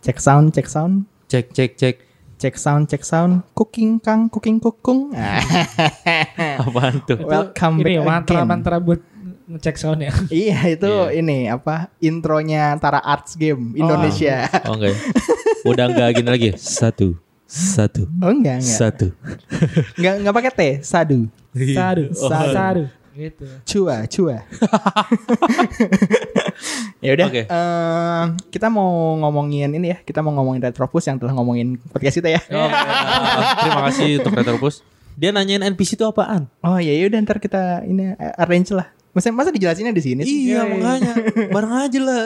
Cek sound, cek sound. Cek. Cek sound, cek sound. Cooking kang, cooking kukung. Apaan tuh? Welcome Ini back again. mantra buat ngecek soundnya. Iya itu Iya. ini apa intronya Tara Arts Game Indonesia. Oh enggak ya? Udah enggak gini lagi. Satu. Oh enggak. Enggak pakai T, sadu. Sadu, Oh. sadu. Gitu. Cua. Ya udah, Oke. kita mau ngomongin ini ya. Kita mau ngomongin Retropus yang telah ngomongin podcast kita ya. Oh, terima kasih untuk Retropus. Dia nanyain NPC itu apaan? Oh iya, udah ntar kita ini arrange lah. Masa dijelasinnya di sini sih? Iya, makanya bareng aja lah.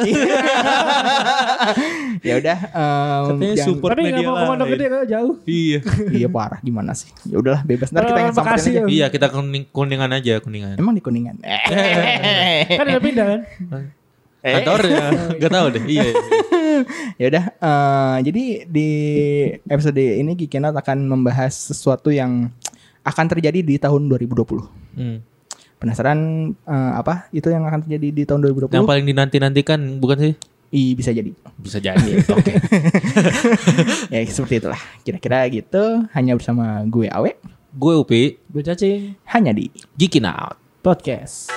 Ya udah. Katanya support Tapi nggak media mau komando lain. gede kalau jauh. Iya. Iya parah gimana sih? Ya udahlah bebas. Ntar kita yang samperin Bekasi aja. ya. Iya, kita kuningan aja, kuningan. Emang di Kuningan? Kan udah pindah kan? Kantornya enggak tahu deh. Iya. Ya udah, jadi di episode ini Geekinot akan membahas sesuatu yang akan terjadi di tahun 2020. Hmm. Penasaran apa itu yang akan terjadi di tahun 2020? Yang paling dinanti-nantikan bukan sih? Bisa jadi. Bisa jadi. Oke. Ya seperti itulah. Kira-kira gitu. Hanya bersama gue Awe. Gue Upi, Gue cacing. Hanya di Geekin Out. Podcast.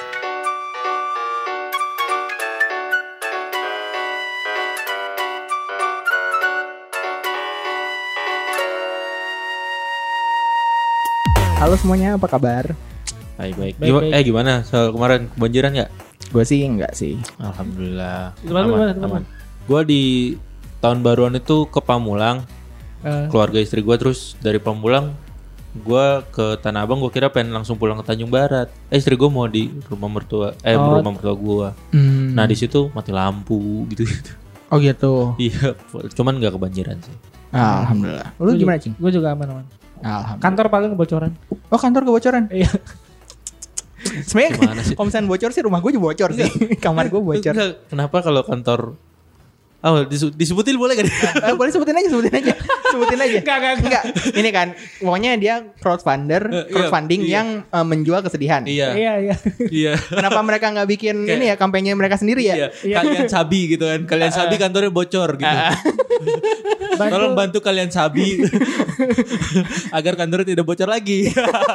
Halo semuanya, apa kabar? Baik. Baik. Gimana? Soal kemarin kebanjiran nggak? Gue sih enggak sih. Alhamdulillah. Gimana? Aman. Gue di tahun baruan itu ke Pamulang, keluarga istri gue, terus dari Pamulang gue ke Tanah Abang. Gue kira pengen langsung pulang ke Tanjung Barat. Istri gue mau di rumah mertua, rumah mertua gue. Nah di situ mati lampu gitu. Oh gitu. Iya, cuman nggak kebanjiran sih. Alhamdulillah. Lu gimana, Cing? Gue juga aman. Alhamdulillah. Kantor paling kebocoran. Oh, kantor kebocoran. Iya. Sebenarnya Gimana sih? kalau misalnya bocor sih rumah gue juga bocor sih. Kamar gue bocor. Enggak, kenapa kalau kantor disebutin boleh gak? Boleh sebutin aja. Enggak. Ini kan pokoknya dia crowdfunding iya. yang menjual kesedihan. Iya. Iya. Kenapa mereka nggak bikin Kayak- ini ya kampanye mereka sendiri ya? Iya. Kalian sabi gitu kan. Kalian sabi kantornya bocor gitu. Tolong bantu kalian sabi agar kantornya tidak bocor lagi.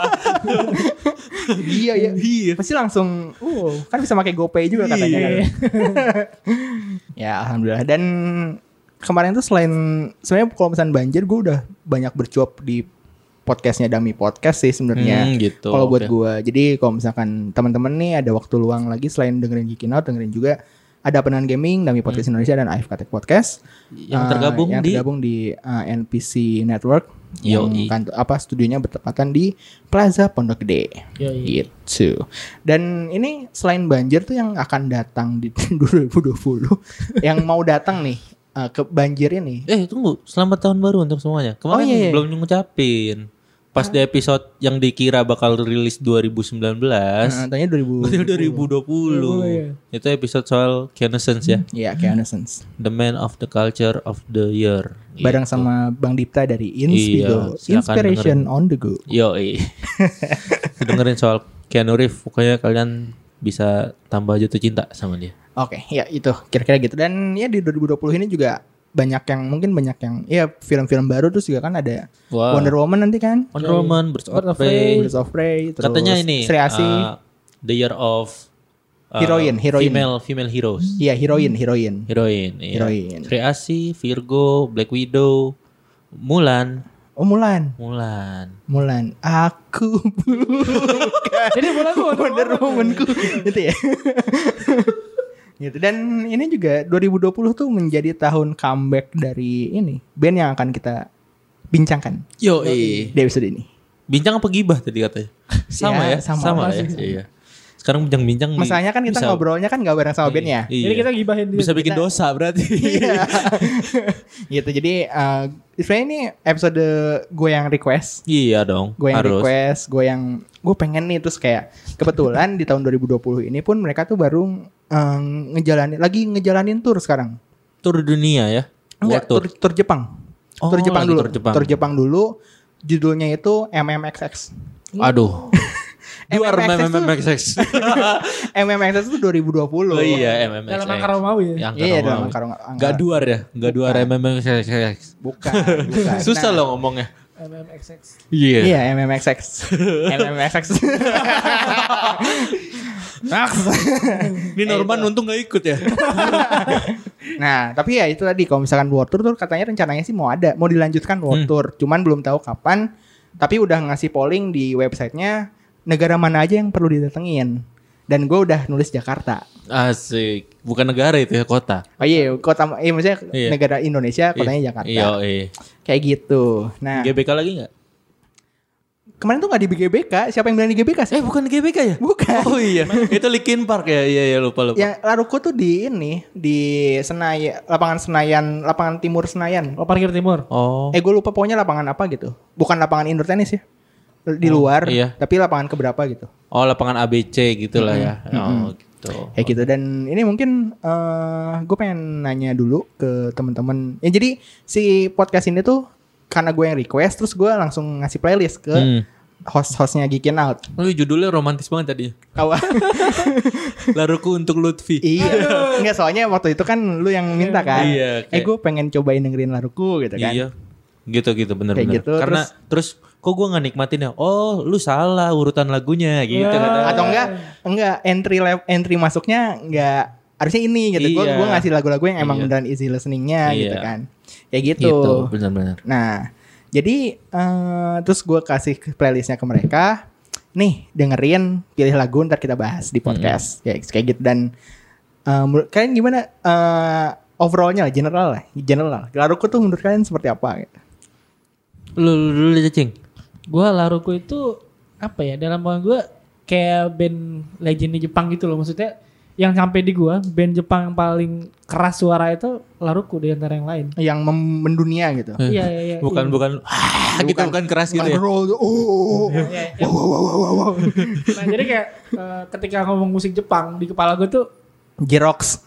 Iya. Iya. Pasti langsung kan bisa pakai GoPay juga katanya kan. Iya. Ya alhamdulillah. Dan kemarin tuh sebenarnya kalau misalnya banjir gue udah banyak bercuap di podcastnya Dami Podcast sih sebenarnya. Gitu. Kalau buat Oke. gue. Jadi kalau misalkan teman-teman nih ada waktu luang lagi selain dengerin Geekin Out, dengerin juga ada Penangan Gaming, Dami Podcast Indonesia dan AFK Tech Podcast Yang tergabung di NPC Network yang Yoi. studionya bertepatan di Plaza Pondok Gede. Yoi. Gitu. Dan ini selain banjir tuh yang akan datang di 2020 yang mau datang nih ke banjir ini. Tunggu, selamat tahun baru untuk semuanya. Kemarin iya. belum ngucapin. Pas di episode yang dikira bakal rilis 2019, Tanya 2000. 2020. iya. Itu episode soal Keanu ya. Iya, Keanu-Sens. The Man of the Culture of the Year. Bareng Gitu. sama Bang Dipta dari Inspigo. Iya, silakan Inspiration on the go. Yoi. Dengerin soal Keanu Reeves, pokoknya kalian bisa tambah jatuh cinta sama dia. Oke, ya itu kira-kira gitu. Dan ya di 2020 ini juga banyak yang ya film-film baru terus juga kan ada Wow. Wonder Woman nanti kan. Wonder Woman, Birds Birds of of Prey. Birds of Prey, terus Katanya ini Sri Asih. The Year of Heroine. Female heroes. Iya, heroin. Iya. Heroine. Sri Asih, Virgo, Black Widow, Mulan. Oh, Mulan. Aku bukan Jadi bulan tuh Wonder Woman-ku. Gitu ya. Gitu. Dan ini juga 2020 tuh menjadi tahun comeback dari ini band yang akan kita bincangkan Yoi. di episode ini. Bincang apa gibah tadi katanya? Sama Ya, ya? sama ya? sih. Iya. Sekarang bincang-bincang nih. Masalahnya kan kita bisa- ngobrolnya kan gak bareng sama bandnya. Iya. Jadi kita gibahin dia. Bisa bikin dosa berarti. Iya. Gitu. Jadi sebenarnya ini episode gue yang request. Iya dong. Gue yang harus. request, gue pengen nih terus kayak kebetulan di tahun 2020 ini pun mereka tuh baru ngejalanin tour sekarang. Tur dunia ya. Enggak, World tur Jepang. Oh, Tur Jepang lagi dulu. tur Jepang. Tur Jepang dulu. Judulnya itu MMXX. Aduh. Duar MMXX. MMXX itu 2020. Oh iya MMXX. Dalam angka Romawi ya. Yang Iya, dalam Romawi. angka Nggak duar ya? Nggak duar MMXX. Bukan. Susah Nah, loh ngomongnya. MMXX. Iya. Iya, MMXX. MMXX. Ini Norman untung nggak ikut ya. Nah, tapi ya itu tadi kalau misalkan World Tour tuh katanya rencananya sih mau dilanjutkan World Tour, cuman belum tahu kapan. Tapi udah ngasih polling di websitenya negara mana aja yang perlu didatengin. Dan gue udah nulis Jakarta. Asik. Bukan negara itu ya, kota. Oh iya, kota, maksudnya Iya. negara Indonesia, kotanya Jakarta. Iya. Kayak gitu. Nah, GBK lagi nggak? kemarin tuh nggak di GBK. Siapa yang bilang di GBK sih? Bukan GBK ya? Bukan. Oh iya. Itu Linkin Park ya? Iya lupa. Yang Laruku tuh di ini, di lapangan timur Senayan. Oh, parkir timur. Oh. Gue lupa pokoknya lapangan apa gitu. Bukan lapangan indoor tenis ya. Di luar, iya. tapi lapangan keberapa gitu. Oh lapangan ABC gitu lah ya. Oh gitu. Kayak gitu. Dan ini mungkin gue pengen nanya dulu ke temen-temen. Ya jadi si podcast ini tuh karena gue yang request, terus gue langsung ngasih playlist ke host-hostnya Geekin Out. Oh judulnya romantis banget tadi. Awal. Laruku untuk Lutfi. Iya. Enggak, soalnya waktu itu kan lu yang minta kan. Iya, kayak- Gue pengen cobain dengerin Laruku gitu kan. Iya. Gitu bener-bener. Kayak gitu, Karena terus kok gue gak nikmatin ya. Oh lu salah urutan lagunya gitu. Kata. Atau enggak entry masuknya enggak harusnya ini gitu. Gue Iya. ngasih lagu-lagu yang emang Iya. beneran easy listeningnya Iya. gitu kan. Kayak gitu. Gitu bener-bener. Nah, jadi terus gue kasih playlistnya ke mereka. Nih, dengerin, pilih lagu, ntar kita bahas di podcast. Kayak gitu. Dan menurut kalian gimana overallnya lah, general. Laruku tuh menurut kalian seperti apa? Gitu? Lu cacing. Gua Laruku itu apa ya? Dalam pandangan gue kayak band legend di Jepang gitu loh. Maksudnya yang sampai di gua band Jepang yang paling keras suara itu Laruku di antara yang lain. Yang mendunia gitu. Iya. Bukan gitu bukan keras gitu ya. Nah jadi kayak ketika ngomong musik Jepang di kepala gue tuh Jerox.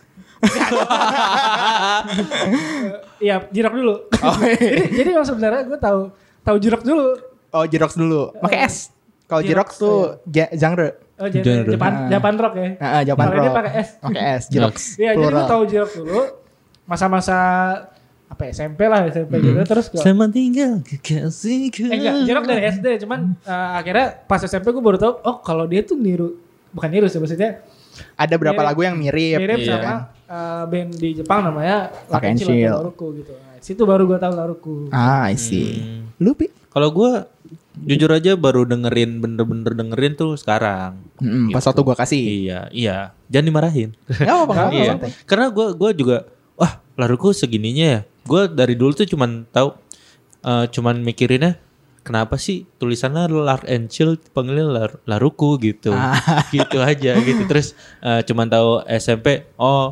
Iya Jirok dulu. jadi yang sebenarnya gue tahu Jirok dulu. Oh, Jerox dulu. Pakai S. Kalau Jerox tuh genre. Oh, Genre. Japan rock ya. Japan Kalau ini rock. pakai S. Pakai S, Jerox. Iya, jadi gue tahu Jirok dulu masa-masa apa ya, SMP gitu terus gue Sama tinggal kekasihku. enggak, Jirok dari SD cuman akhirnya pas SMP gue baru tahu oh kalau dia tuh bukan niru sih maksudnya Ada berapa Mirip. lagu yang mirip. mirip Iya. sama band di Jepang namanya Luck and Luck Chill. Laruku gitu. Nah, situ baru gue tahu Laruku. I see. Lu, Pi? Kalau gue jujur aja baru bener-bener dengerin tuh sekarang. Pas waktu gua kasih. Iya. Jangan dimarahin. Gak apa-apa. Iya. Karena gue juga wah Laruku segininya ya. Gue dari dulu tuh cuman tahu cuman mikirinnya kenapa sih tulisannya Luck and Chill panggilnya Laruku gitu. Gitu aja gitu. Terus cuman tahu SMP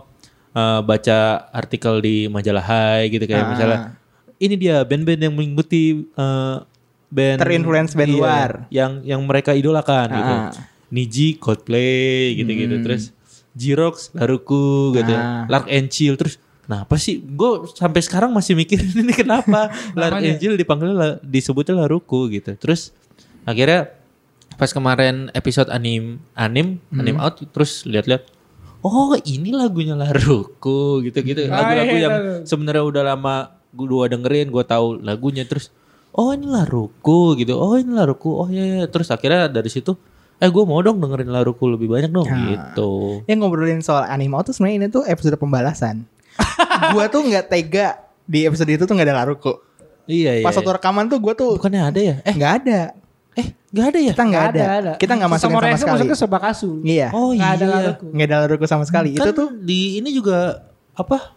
baca artikel di majalah Hai gitu kayak misalnya ini dia band-band yang mengikuti band Terinfluence band luar. yang mereka idolakan gitu. Niji, Coldplay gitu-gitu. Terus Jirox, Laruku gitu. Luck and Chill. Terus kenapa sih? Gue sampai sekarang masih mikirin ini kenapa Luck and Chill disebutnya Laruku gitu. Terus akhirnya pas kemarin episode anime out terus lihat-lihat oh ini lagunya Laruku gitu-gitu. Lagu-lagu yang sebenarnya udah lama gue dengerin, gue tahu lagunya terus oh ini Laruku gitu. Oh ini Laruku. Oh iya. Terus akhirnya dari situ gue mau dong dengerin Laruku lebih banyak dong gitu. Yang ngobrolin soal anime tuh sebenarnya ini tuh episode pembalasan. Gua tuh nggak tega di episode itu tuh nggak ada Laruku. Iya. Pas waktu rekaman tuh gua tuh Bukannya ada ya? nggak ada. Nggak ada ya? Kita nggak ada. Kita nggak masukin sama sekali. Masuknya Sobakasu. Iya. Oh Nggak iya. ada Laruku. Nggak ada Laruku sama sekali. Kan Itu tuh di ini juga apa?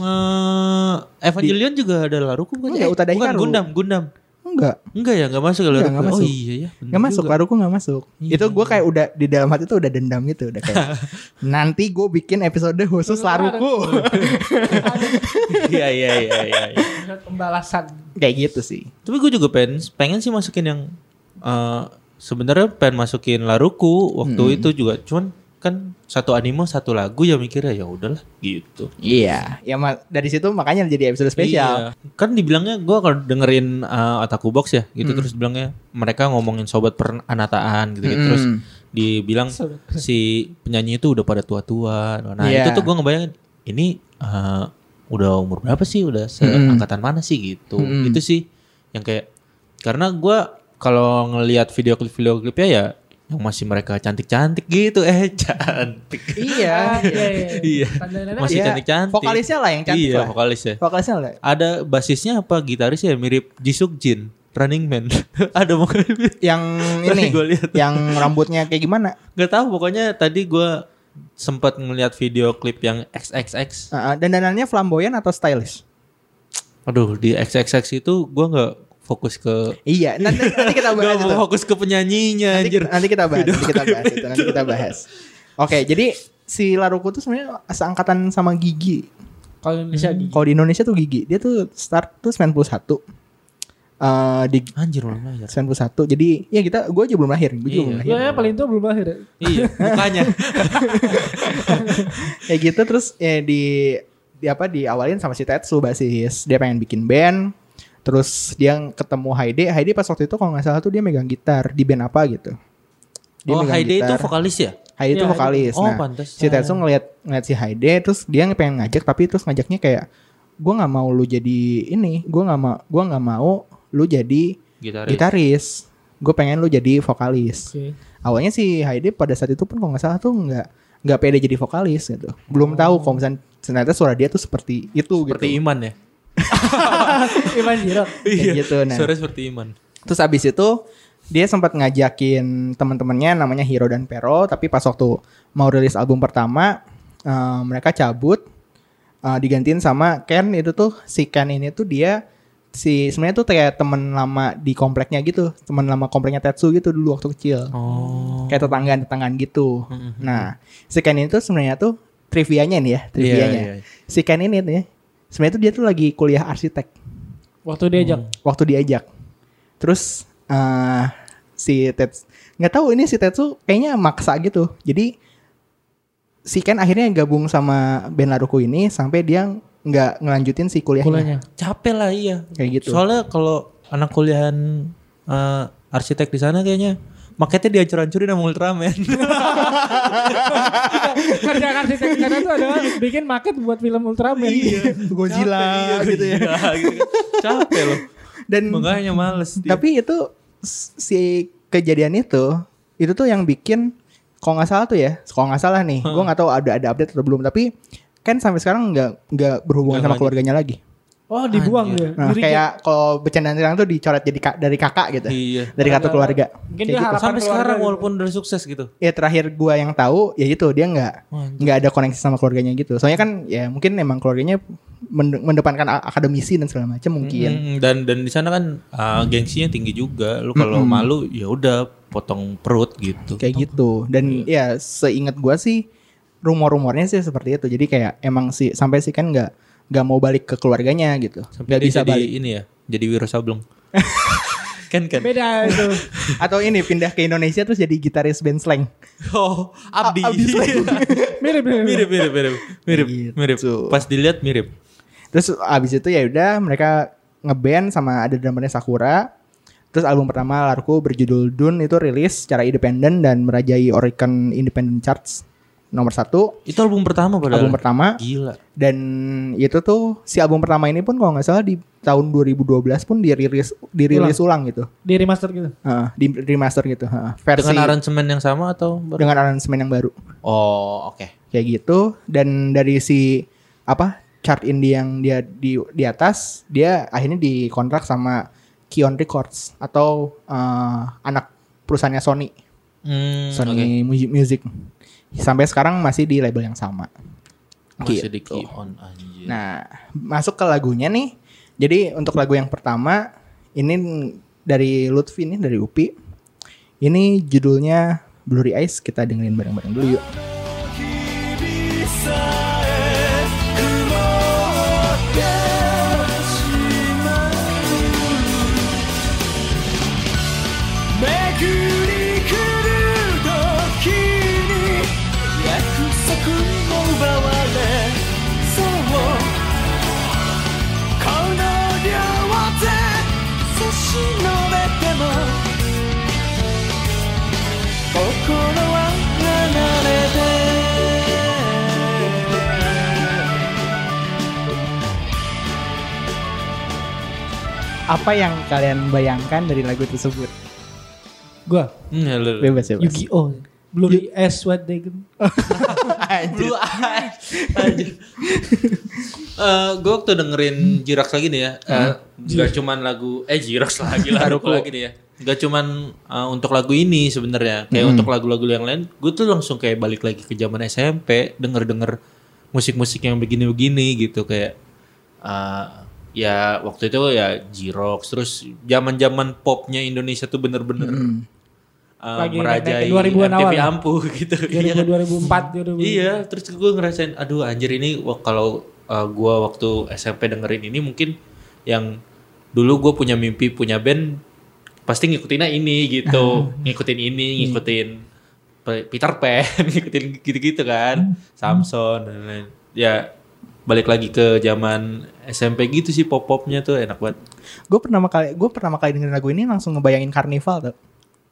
Evangelion juga ada Laruku bukan? Enggak, Utada bukan Hikaru. Gundam. enggak Ya, nggak masuk ya Laruku. Nggak masuk. Oh iya ya. bener nggak masuk. juga. Laruku nggak masuk. Itu gue kayak udah di dalam hati tuh udah dendam gitu. Udah kayak nanti gue bikin episode khusus Laruku. Iya. Pembalasan. Kayak gitu sih. Tapi gue juga pengen sih masukin yang sebenarnya pengen masukin Laruku waktu itu juga. Cuman kan satu anime satu lagu ya mikirnya ya udahlah gitu. Iya, ya dari situ makanya jadi episode spesial. Iya. Kan dibilangnya gue kalau dengerin Otaku Box ya gitu terus bilangnya mereka ngomongin sobat peranataan gitu, terus dibilang si penyanyi itu udah pada tua-tua. Nah itu tuh gue ngebayangin ini udah umur berapa sih, udah seangkatan mana sih gitu. Itu sih yang kayak, karena gue kalau ngelihat video klipnya ya yang masih mereka cantik-cantik gitu, cantik. Iya. Masih cantik-cantik. Vokalisnya lah yang cantik. Iya, vokalisnya lah. Ada basisnya apa gitarisnya mirip Jisuk Jin, Running Man. Ada mukanya yang ini, gua lihat. Yang rambutnya kayak gimana? Gak tahu, pokoknya tadi gue sempat ngeliat video klip yang XXX. Dandanannya flamboyan atau stylish? Aduh, di XXX itu gue nggak fokus ke. Iya, nanti kita bahas itu. Fokus ke penyanyinya, nanti kita bahas. Oke, jadi si Laruku tuh sebenarnya seangkatan sama Gigi. Kalau Indonesia Gigi. Kalau di Indonesia tuh Gigi, dia tuh start tuh 91. Anjir belum lahir. 91. Jadi ya gue aja belum lahir. Iya, paling tua belum lahir. Iya, mukanya. Kayak gitu, terus diawalin sama si Tetsu basis. Dia pengen bikin band. Terus dia ketemu Haide pas waktu itu kalau nggak salah tuh dia megang gitar di band apa gitu. Haide itu vokalis ya? Haide itu vokalis. Nah, pantes. Si Tetsu ngeliat si Haide, terus dia pengen ngajak, tapi terus ngajaknya kayak, gue nggak mau lu jadi ini, gue nggak mau lu jadi gitaris. Gue pengen lu jadi vokalis. Okay. Awalnya si Haide pada saat itu pun kalau nggak salah tuh nggak pede jadi vokalis gitu. Belum tahu kalau misalnya ternyata suara dia tuh seperti itu. Seperti gitu. Iman ya. Iman Jiro. Iya, gitu. Nah, suara seperti Iman. Terus abis itu dia sempat ngajakin teman-temannya namanya Hiro dan Pero, tapi pas waktu mau rilis album pertama mereka cabut, digantiin sama Ken. Itu tuh si Ken ini tuh dia sebenarnya tuh kayak teman lama di kompleknya gitu, teman lama kompleknya Tetsu gitu dulu waktu kecil. Kayak tetanggaan gitu. Nah, si Ken ini tuh sebenarnya tuh trivianya. Yeah. Si Ken ini nih sebenarnya tuh dia tuh lagi kuliah arsitek. Waktu diajak. Terus si Tetsu nggak tahu ini si Tetsu kayaknya maksa gitu. Jadi si Ken akhirnya gabung sama band Laruku ini sampai dia nggak ngelanjutin si kuliahnya. Capek lah, iya. Kayak gitu. Soalnya kalau anak kuliahan arsitek di sana kayaknya maketnya dihancur-hancurin sama Ultraman. Kerja arsitek di sana tuh adalah bikin maket buat film Ultraman. Iya. Godzilla gitu ya. Gitu. Capek loh. Dan makanya males dia. Tapi itu si kejadian itu tuh yang bikin, kalau nggak salah nih, gue nggak tahu ada update atau belum, tapi kan sampai sekarang nggak berhubungan sama keluarganya lagi. Oh, dibuang dia. Nah, kayak kalau bercandaan sekarang tuh dicoret jadi dari kakak gitu. Iya. Dari kartu keluarga. Mungkin dia gitu. Sampai sekarang walaupun udah sukses gitu. Ya terakhir gua yang tahu ya itu dia nggak ada koneksi sama keluarganya gitu. Soalnya kan ya mungkin emang keluarganya mendepankan akademisi dan segala macam mungkin. Dan di sana kan gengsinya tinggi juga. Lu kalau malu ya udah potong perut gitu. Kayak gitu. Dan ya seingat gua sih rumor-rumornya sih seperti itu. Jadi kayak emang sih sampai sih kan nggak mau balik ke keluarganya gitu. Sampai bisa balik ini ya. Jadi Wiro Sableng. kan. Beda itu. Atau ini pindah ke Indonesia terus jadi gitaris band Slang. Oh, Abdi. Mirip. Pas dilihat mirip. Terus abis itu ya udah mereka ngeband sama ada drummernya Sakura. Terus album pertama Laruku berjudul Dune itu rilis secara independen dan merajai Oricon Independent Charts nomor 1. Itu album pertama padahal. Album pertama. Gila. Dan itu tuh si album pertama ini pun kalau nggak salah di tahun 2012 pun dirilis ulang gitu. Di remaster gitu. Di remaster gitu. Versi dengan aransemen yang sama atau baru? Dengan aransemen yang baru. Oh, oke. Kayak gitu. Dan dari si chart indie yang dia di atas, dia akhirnya dikontrak sama Kion Records atau anak perusahaannya Sony. Sony Music. Sampai sekarang masih di label yang sama. Masih di Kion, anjir. Nah, masuk ke lagunya nih. Jadi untuk lagu yang pertama ini dari Lutfi nih, dari Upi. Ini judulnya Blurry Eyes. Kita dengerin bareng-bareng dulu yuk. Apa yang kalian bayangkan dari lagu tersebut? Gua Bebas. Yu-Gi-Oh. Blue Eyes White Dragon. Blue Eyes. Gue waktu dengerin Jirax lagi nih ya. Gak cuman lagu Jirax lagi lagu lagi nih ya. Gak cuman untuk lagu ini sebenarnya. Kayak untuk lagu-lagu yang lain, gue tuh langsung kayak balik lagi ke zaman SMP, denger musik-musik yang begini-begini gitu kayak. Ya waktu itu ya J-Rock, terus zaman-zaman popnya Indonesia tuh bener-bener merajai 2000-an MTV awal. ampuh gitu. 2004 2000. Iya, terus gue ngerasain aduh anjir ini kalau gue waktu SMP dengerin ini mungkin yang dulu gue punya mimpi punya band pasti ngikutinnya ini gitu. Ngikutin Peter Pan, ngikutin gitu-gitu kan. Samson dan lain. Ya balik lagi ke zaman SMP gitu sih pop-popnya tuh enak banget. Gue pertama kali dengerin lagu ini langsung ngebayangin karnival tuh.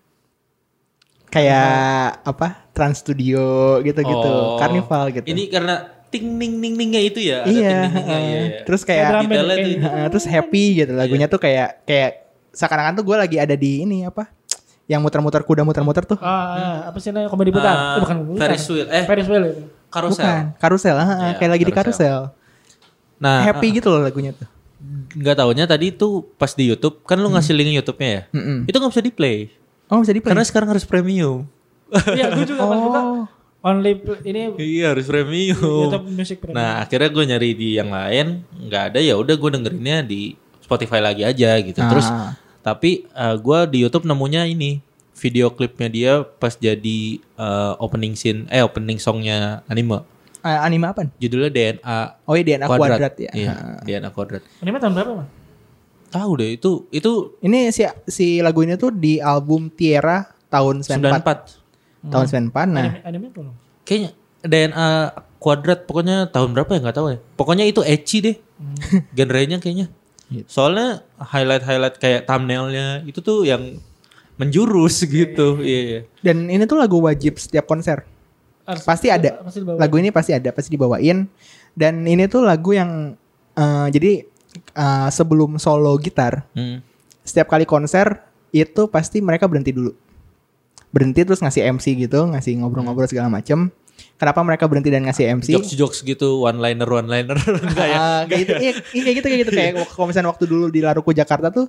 Kayak apa? Trans Studio gitu-gitu, karnival gitu. Ini karena ting ning ning ningnya itu ya, ada Iya, ting ning ningnya iya. Terus kayak detailnya tuh itu. terus happy gitu lagunya tuh kayak seakan-akan tuh gue lagi ada di ini apa? Yang muter-muter kuda muter-muter tuh. Apa sih namanya komedi putar? Bukan Ferris wheel. Ferris wheel itu. Karusel, kayak lagi di karusel. Nah, happy gitu loh lagunya tuh. Nggak taunya tadi tuh pas di YouTube kan lu ngasih link YouTube-nya ya. Itu nggak bisa di play. Oh, bisa di play. Karena sekarang harus premium. Iya, gue juga pas buka only ini Iya harus premium. YouTube Music Premium. Nah akhirnya gue nyari di yang lain nggak ada, ya udah gue dengerinnya di Spotify lagi aja gitu. Terus tapi gue di YouTube nemunya ini video klipnya dia pas jadi opening songnya anime. Anime apa? Judulnya DNA. Oh iya, DNA Kuadrat ya. Iya, DNA Kuadrat. Anime tahun berapa, Mas? Tahu deh itu Ini si lagu ini tuh di album Tierra tahun 94. Tahun 94. Nah, Anime apa? kayaknya DNA Kuadrat pokoknya tahun berapa ya nggak tahu ya. Pokoknya itu ecchi deh. Genrenya kayaknya. Soalnya highlight kayak thumbnailnya itu tuh yang menjurus gitu. Iya. dan ini tuh lagu wajib setiap konser. Pasti ada. Lagu ini pasti ada, pasti dibawain. Dan ini tuh lagu yang jadi sebelum solo gitar, setiap kali konser itu pasti mereka berhenti dulu. Berhenti terus ngasih MC gitu, ngasih ngobrol-ngobrol segala macem. Kenapa mereka berhenti dan ngasih MC? Jokes gitu, one liner kayak gitu. Kayak gitu. Kayak kalau misalnya waktu dulu di Laruku Jakarta tuh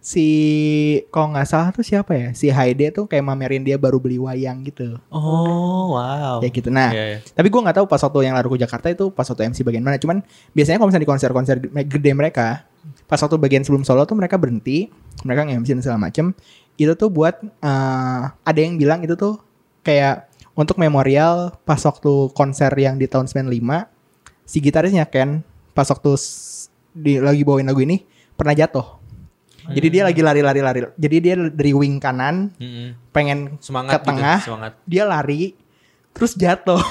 kalau nggak salah tuh siapa ya, si Haide tuh kayak mamerin dia baru beli wayang gitu. Oh wow. Kayak gitu. Nah, tapi gue nggak tahu pas waktu yang Laruku Jakarta itu pas waktu MC bagian mana. Cuman biasanya kalau misalnya di konser-konser gede mereka, pas waktu bagian sebelum solo tuh mereka berhenti, mereka nge-MC dan segala macem. Itu tuh buat ada yang bilang itu tuh kayak untuk memorial pas waktu konser yang di tahun 95, si gitarisnya Ken pas waktu lagi bawain lagu ini pernah jatuh. Jadi dia lagi lari. Jadi dia dari wing kanan pengen semangat ke tengah, gitu, dia lari terus jatuh.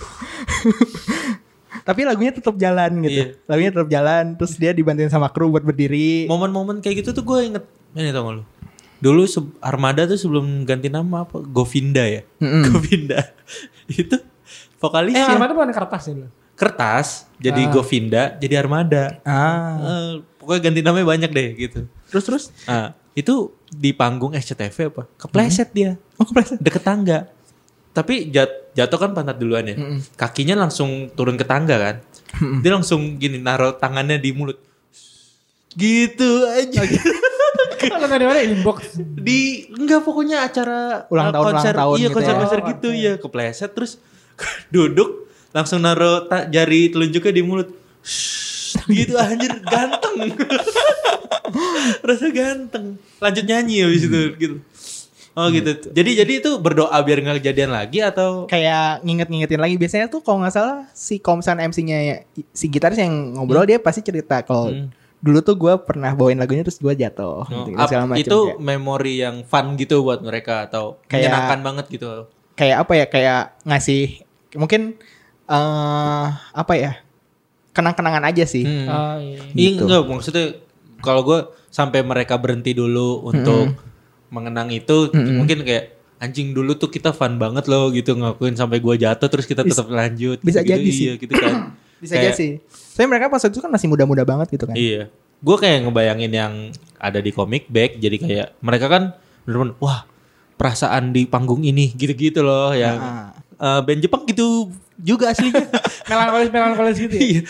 Tapi lagunya tetap jalan gitu. Iya. Lagunya tetap jalan, terus dia dibantuin sama kru buat berdiri. Momen-momen kayak gitu tuh gue inget. Ini tau gak lu? Dulu Armada tuh sebelum ganti nama apa? Govinda ya? Govinda. Itu vokalisnya. Armada bukan kertas ya? Kertas, jadi Govinda, jadi Armada. Pokoknya ganti namanya banyak deh gitu. Terus? Itu di panggung SCTV apa? Kepleset dia. Oh, kepleset. Deket tangga. Tapi jatuh kan pantat duluan ya. Kakinya langsung turun ke tangga kan. Dia langsung gini naruh tangannya di mulut. Gitu aja. Kalau tadi mana inbox? Enggak pokoknya acara ulang tahun iya gitu konser gitu ya. Kepleset terus duduk langsung naruh jari telunjuknya di mulut. Gitu anjir ganteng. Rasa ganteng. Lanjut nyanyi habis itu gitu. Oh gitu. Jadi itu berdoa biar nggak kejadian lagi atau kayak ngingetin lagi. Biasanya tuh kalau nggak salah si komsan MC-nya si gitaris yang ngobrol dia pasti cerita kalau dulu tuh gue pernah bawain lagunya terus gue jatuh. Gitu, segala macem, itu kayak memori yang fun gitu buat mereka atau menyenangkan banget gitu. Kayak apa ya? Kayak ngasih mungkin apa ya? Kenang-kenangan aja sih. Iya Gitu. enggak maksudnya kalau gue sampai mereka berhenti dulu untuk mengenang itu mungkin kayak anjing dulu tuh kita fun banget loh gitu ngakuin sampai gue jatuh terus kita tetap lanjut. Bisa gitu, jadi sih. Iya gitu kan. Bisa aja sih. Soalnya mereka pas itu kan masih muda-muda banget gitu kan. Iya. Gue kayak ngebayangin yang ada di comic back jadi kayak mereka kan bener-bener wah perasaan di panggung ini gitu-gitu loh yang band Jepang gitu juga aslinya. melankolis gitu ya. Iya,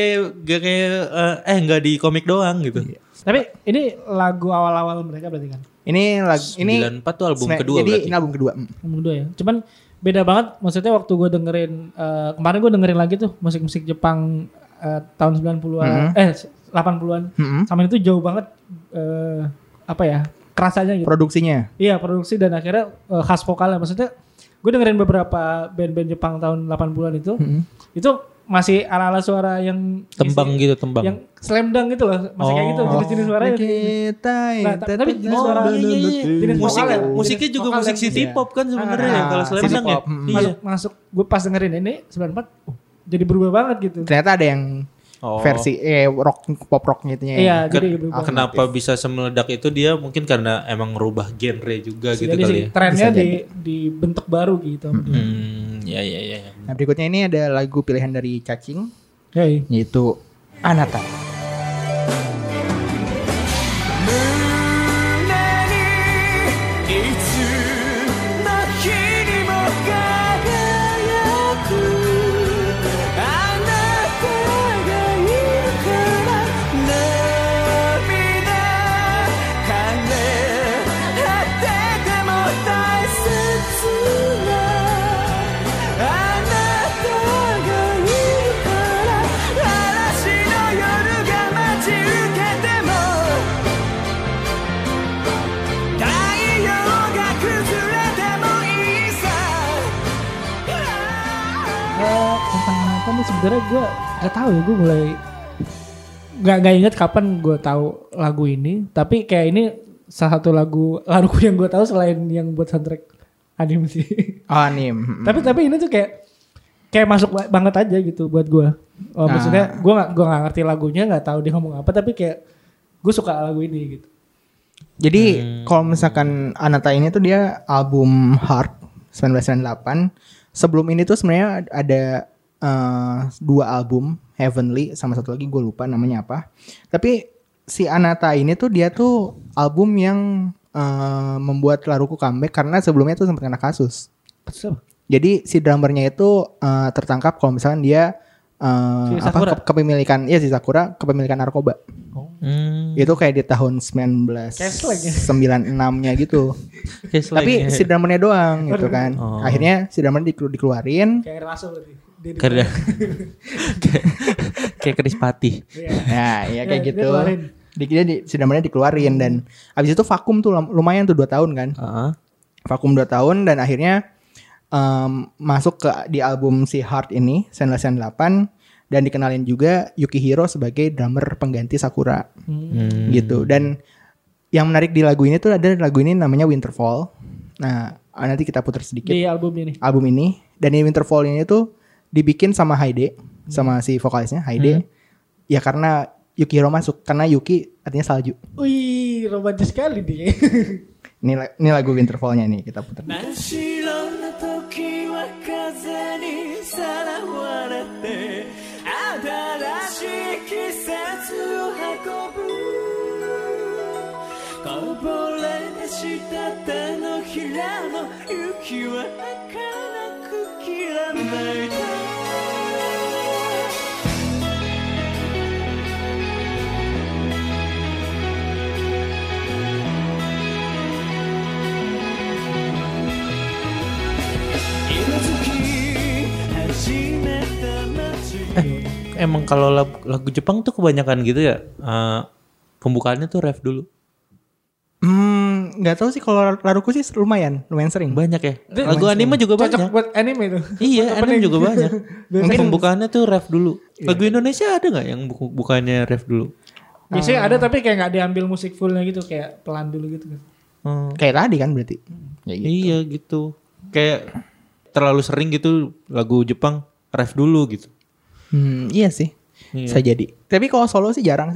nggak di komik doang gitu. Iya. Tapi ini lagu awal-awal mereka berarti kan? Ini lagu ini 94 tuh album kedua jadi berarti. ini album kedua. Album kedua ya. Cuman beda banget maksudnya waktu gue dengerin kemarin gue dengerin lagi tuh musik-musik Jepang tahun 90-an 80-an. Sama itu jauh banget apa ya? Kerasanya gitu. Produksinya. Iya, produksi dan akhirnya khas vokalnya. Maksudnya gue dengerin beberapa band-band Jepang tahun 80-an itu. Itu masih ala-ala suara yang Tembang gitu, tembang. yang slam dunk gitu loh. Masih kayak gitu jenis-jenis suaranya. Kita Tapi jenis suara jenis vokalnya. Musiknya juga Vokal musik dan- city pop kan sebenarnya ya kalau slam city dunk ya. pop. Iya. Masuk gue pas dengerin ini 94 jadi berubah banget gitu. Ternyata ada yang versi rock pop rock gitu ya. Iya, jadi berubah. Kenapa bisa semeledak itu dia mungkin karena emang rubah genre juga gitu Jadi kali sih ya. trennya dibentuk baru gitu. Ya. Nah, berikutnya ini ada lagu pilihan dari Cacing Hey. yaitu Anata. Tentang Anata nih sebenarnya gue gak tahu ya, gue mulai gak inget kapan gue tahu lagu ini, tapi kayak ini salah satu lagu yang gue tahu selain yang buat soundtrack anime sih. Oh, anime. Tapi ini tuh kayak masuk banget aja gitu buat gue. Maksudnya gue gak ngerti lagunya, gak tahu dia ngomong apa, tapi kayak gue suka lagu ini gitu. Jadi kalau misalkan Anata ini tuh dia album Heart 1998. Sebelum ini tuh sebenarnya ada 2 album, Heavenly sama satu lagi gue lupa namanya apa. Tapi si Anata ini tuh dia tuh album yang membuat Laruku comeback karena sebelumnya tuh sempat kena kasus. Jadi si drummernya itu tertangkap kalau misalkan dia kepemilikan si Sakura kepemilikan narkoba. Itu kayak di tahun 1996-nya gitu. Tapi si drummernya doang gitu kan. Akhirnya si drummer dikeluarin. Kayak Rasul berarti. Karena kayak Chris Patti. Nah, ya kayak gitu. Si drummernya dikeluarin dan abis itu vakum tuh lumayan tuh 2 tahun kan. Vakum 2 tahun dan akhirnya masuk di album si Heart ini 1998 dan dikenalin juga Yukihiro sebagai drummer pengganti Sakura gitu. Dan yang menarik di lagu ini tuh ada lagu ini namanya Winterfall. Nah nanti kita putar sedikit di album ini. Dan ini Winterfall ini tuh dibikin sama Haide, sama si vokalisnya Haide. Ya karena Yukihiro masuk, karena Yuki artinya salju. Wih, romantis sekali dia. Ini lagu Winterfall-nya nih kita putar. Emang kalau lagu Jepang tuh kebanyakan gitu ya, pembukaannya tuh ref dulu. Nggak tahu sih, kalau Laruku sih lumayan sering. Banyak ya. Lagu anime juga Cocok banyak. buat anime tuh. Iya, anime juga banyak. Mungkin pembukaannya tuh ref dulu. Iya. Lagu Indonesia ada nggak yang bukannya ref dulu? Biasanya ada tapi kayak nggak diambil musik fullnya gitu, kayak pelan dulu gitu kan. Kayak tadi kan berarti. Ya gitu. Iya gitu. Kayak terlalu sering gitu lagu Jepang ref dulu gitu. Iya sih. Iya. Bisa jadi. Tapi kalau solo sih jarang sih.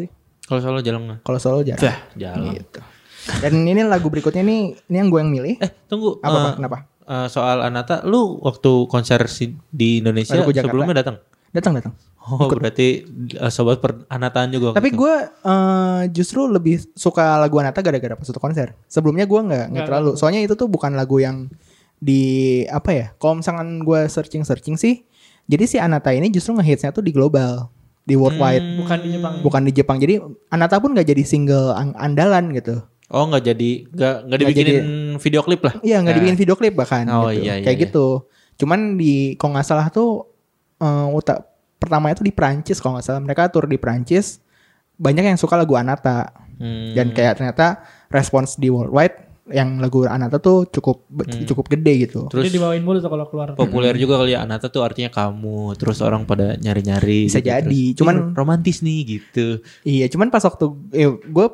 Kalau Solo jarang nggak? Kalau Solo jarang. Jarang. Gitu. Dan ini lagu berikutnya ini yang gue yang milih. Tunggu. Apa? Kenapa? Soal Anata, lu waktu konser di Indonesia sebelumnya datang? Datang. Oh, berarti sobat Anataan juga. Tapi gue justru lebih suka lagu Anata gara-gara pas waktu konser. Sebelumnya gue nggak terlalu. Soalnya itu tuh bukan lagu yang di apa ya? Kalau misalkan gue searching sih, jadi si Anata ini justru ngehitsnya tuh di global, di worldwide, bukan di Jepang. Jadi Anata pun nggak jadi single andalan gitu. Oh, nggak dibikinin video klip lah? Iya, nggak dibikin video klip bahkan. Oh gitu. iya. Kayak gitu. Cuman kalau nggak salah tuh pertamanya tuh di Prancis kalau nggak salah, mereka tur di Prancis, banyak yang suka lagu Anata dan kayak ternyata respons di worldwide yang lagu Anata tuh cukup gede gitu. Terus dia dibawain mulu tuh kalau keluar. Populer juga kali ya, Anata tuh artinya kamu, terus orang pada nyari-nyari. Bisa gitu. jadi, terus, cuman romantis nih gitu. Iya, cuman pas waktu gue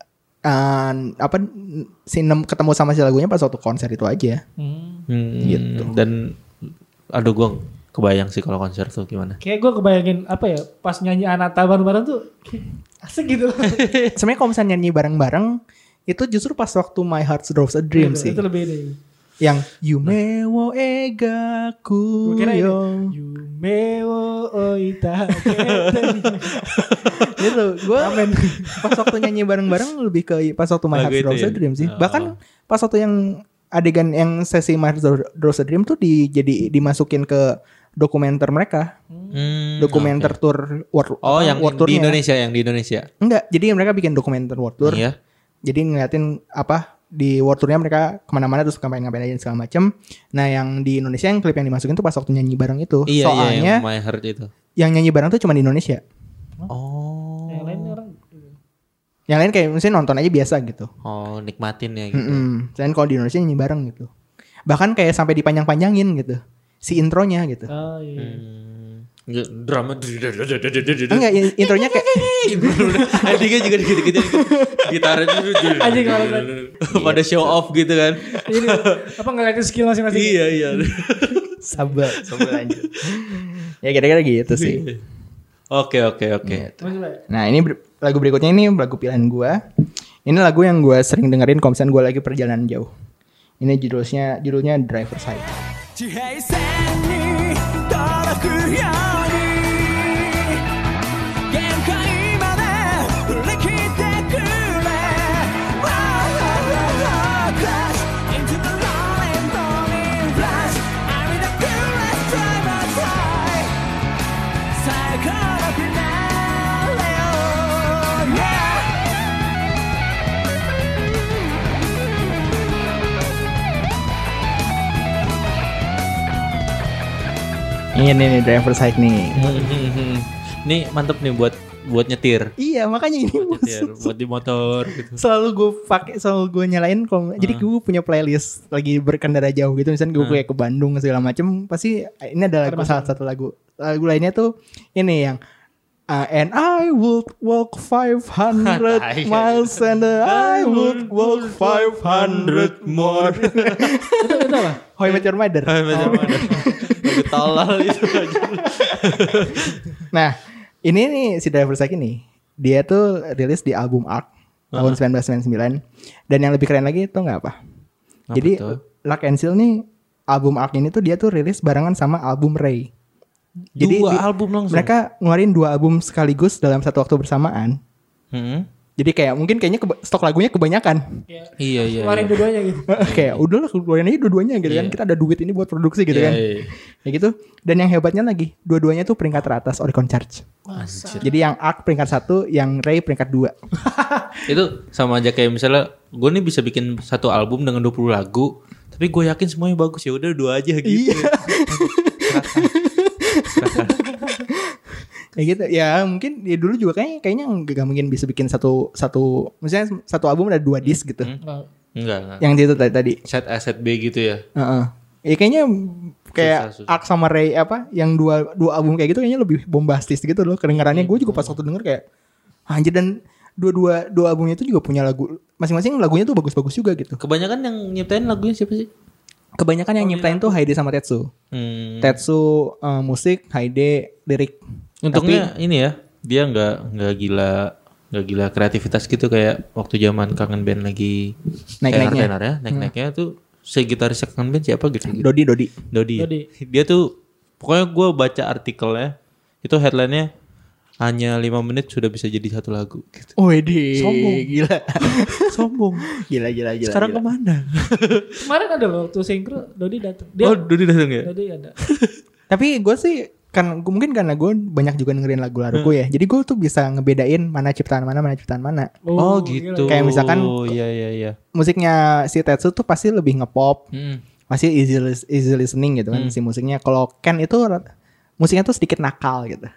ketemu sama si lagunya pas waktu konser itu aja. Gitu. Dan aduh gue kebayang sih kalau konser tuh gimana. Kayak gue kebayangin apa ya, pas nyanyi Anata bareng-bareng tuh asik gitu. Sebenarnya kalau misalnya nyanyi bareng-bareng itu justru pas waktu My Heart Draws a Dream sih. Itu lebih ini. Yang Yume wo ega kuyo. Yume wo oita. Gitu. Gue pas waktu nyanyi bareng-bareng lebih ke pas waktu My Heart Draws a Dream sih. Bahkan pas waktu yang adegan yang sesi My Heart Draws a Dream tuh dimasukin ke dokumenter mereka. Dokumenter tour world. Oh, yang world di tournya. Indonesia. Enggak, jadi mereka bikin dokumenter world tour. Iya. Jadi ngeliatin di world tournya mereka kemana-mana terus ngapain aja segala macem. Nah yang di Indonesia yang klip yang dimasukin tuh pas waktu nyanyi bareng itu. Iya, soalnya yang My Heart itu. Yang nyanyi bareng tuh cuma di Indonesia. Oh. Yang lain orang. Yang lain kayak misalnya nonton aja biasa gitu. Oh, nikmatin ya gitu. Selain kalau di Indonesia nyanyi bareng gitu. Bahkan kayak sampai dipanjang-panjangin gitu. Si intronya gitu. Oh iya. Drama. Enggak, intronya kayak Dia juga gitu-gitu. Gitarnya Anjing kalau pada show off gitu kan. ini apa ngeliatin skill masing-masing. Iya. sabar lanjut. Ya kira-kira gitu sih. Oke. Nah ini lagu berikutnya ini lagu pilihan gue. Ini lagu yang gue sering dengerin kalau misalnya gue lagi perjalanan jauh. Ini judulnya Driver's Side. Ini nih Driver's Side nih. Nih mantep nih buat nyetir. Iya makanya ini Buat di motor gitu. selalu gue nyalain kalau jadi gue punya playlist lagi berkendara jauh gitu, misalnya gue kayak ke Bandung segala macem, pasti ini ada salah satu lagu lainnya tuh ini yang and I would walk 500 miles and I would walk 500 more. Itu apa? How I Met Your Mother. Lagu tolol itu aja. Nah, ini nih si Driver's Side ini, dia tuh rilis di album Ark tahun 1999. Dan yang lebih keren lagi itu nggak apa? Jadi Luck and Seal nih, album Ark ini tuh dia tuh rilis barengan sama album Ray. Jadi album langsung. Mereka ngeluarin 2 album sekaligus dalam satu waktu bersamaan. Jadi kayak kayaknya stok lagunya kebanyakan. Iya. Keluarin dua-duanya gitu. Kayak udahlah keluarin aja dua-duanya gitu kan. Kita ada duit ini buat produksi gitu kan. Kayak gitu. Dan yang hebatnya lagi, dua-duanya tuh peringkat teratas Oricon Chart. Jadi yang Ark peringkat 1, yang Ray peringkat 2. Itu sama aja kayak misalnya gue nih bisa bikin satu album dengan 20 lagu, tapi gue yakin semuanya bagus, ya udah 2 aja gitu. Iya. Kayak gitu ya, mungkin ya dulu juga kayaknya nggak mungkin bisa bikin satu misalnya satu album ada 2 disc gitu. Enggak. Yang itu tadi Set A set B gitu ya. Ya kayaknya kayak susah. Ark sama Ray yang dua album kayak gitu kayaknya lebih bombastis gitu loh kedengarannya. Gue juga pas waktu denger kayak anjir, dan dua albumnya itu juga punya lagu masing-masing, lagunya tuh bagus-bagus juga gitu. Kebanyakan yang nyiptain lagunya siapa sih? Kebanyakan yang nyiptain tuh Haide sama Tetsu. Tetsu musik, Haide lirik. Untungnya ini ya, dia nggak gila Nggak gila kreativitas gitu kayak waktu zaman Kangen Band lagi Naik-naiknya. tenar ya, naik-naiknya tuh si gitaris Kangen Band siapa gitu. Dodi. Dia tuh pokoknya gue baca artikelnya itu headline-nya hanya 5 menit sudah bisa jadi satu lagu gitu. Wede. Sombong. Gila. Sombong. Gila. Sekarang kemana? Kemarin ada loh waktu sinkro Dodi datang. Dodi datang ya? Dodi ada. Tapi gue sih kan mungkin karena gue banyak juga dengerin lagu-lagu ya. Jadi gue tuh bisa ngebedain mana ciptaan mana. Oh gitu. Kayak misalkan iya. musiknya si Tetsu tuh pasti lebih ngepop. Masih easy listening gitu kan si musiknya. Kalau Ken itu musiknya tuh sedikit nakal gitu.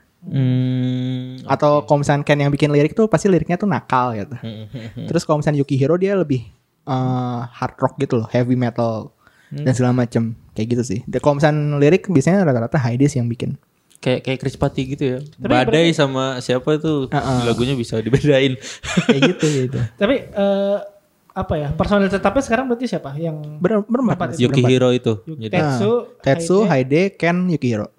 Atau kalau misalnya Ken yang bikin lirik tuh pasti liriknya tuh nakal gitu. Terus kalau misalnya Yukihiro dia lebih hard rock gitu loh, heavy metal dan segala macem kayak gitu sih. Dan kalau misalnya lirik biasanya rata-rata Hades yang bikin. Kayak Chris Patti gitu ya. Badai sama siapa tuh lagunya bisa dibedain. Kayak gitu. Tapi apa ya? Personil tetapnya sekarang berarti siapa? Yang berempat. Yukihiro itu. Tetsu, Haide, Ken, Yukihiro.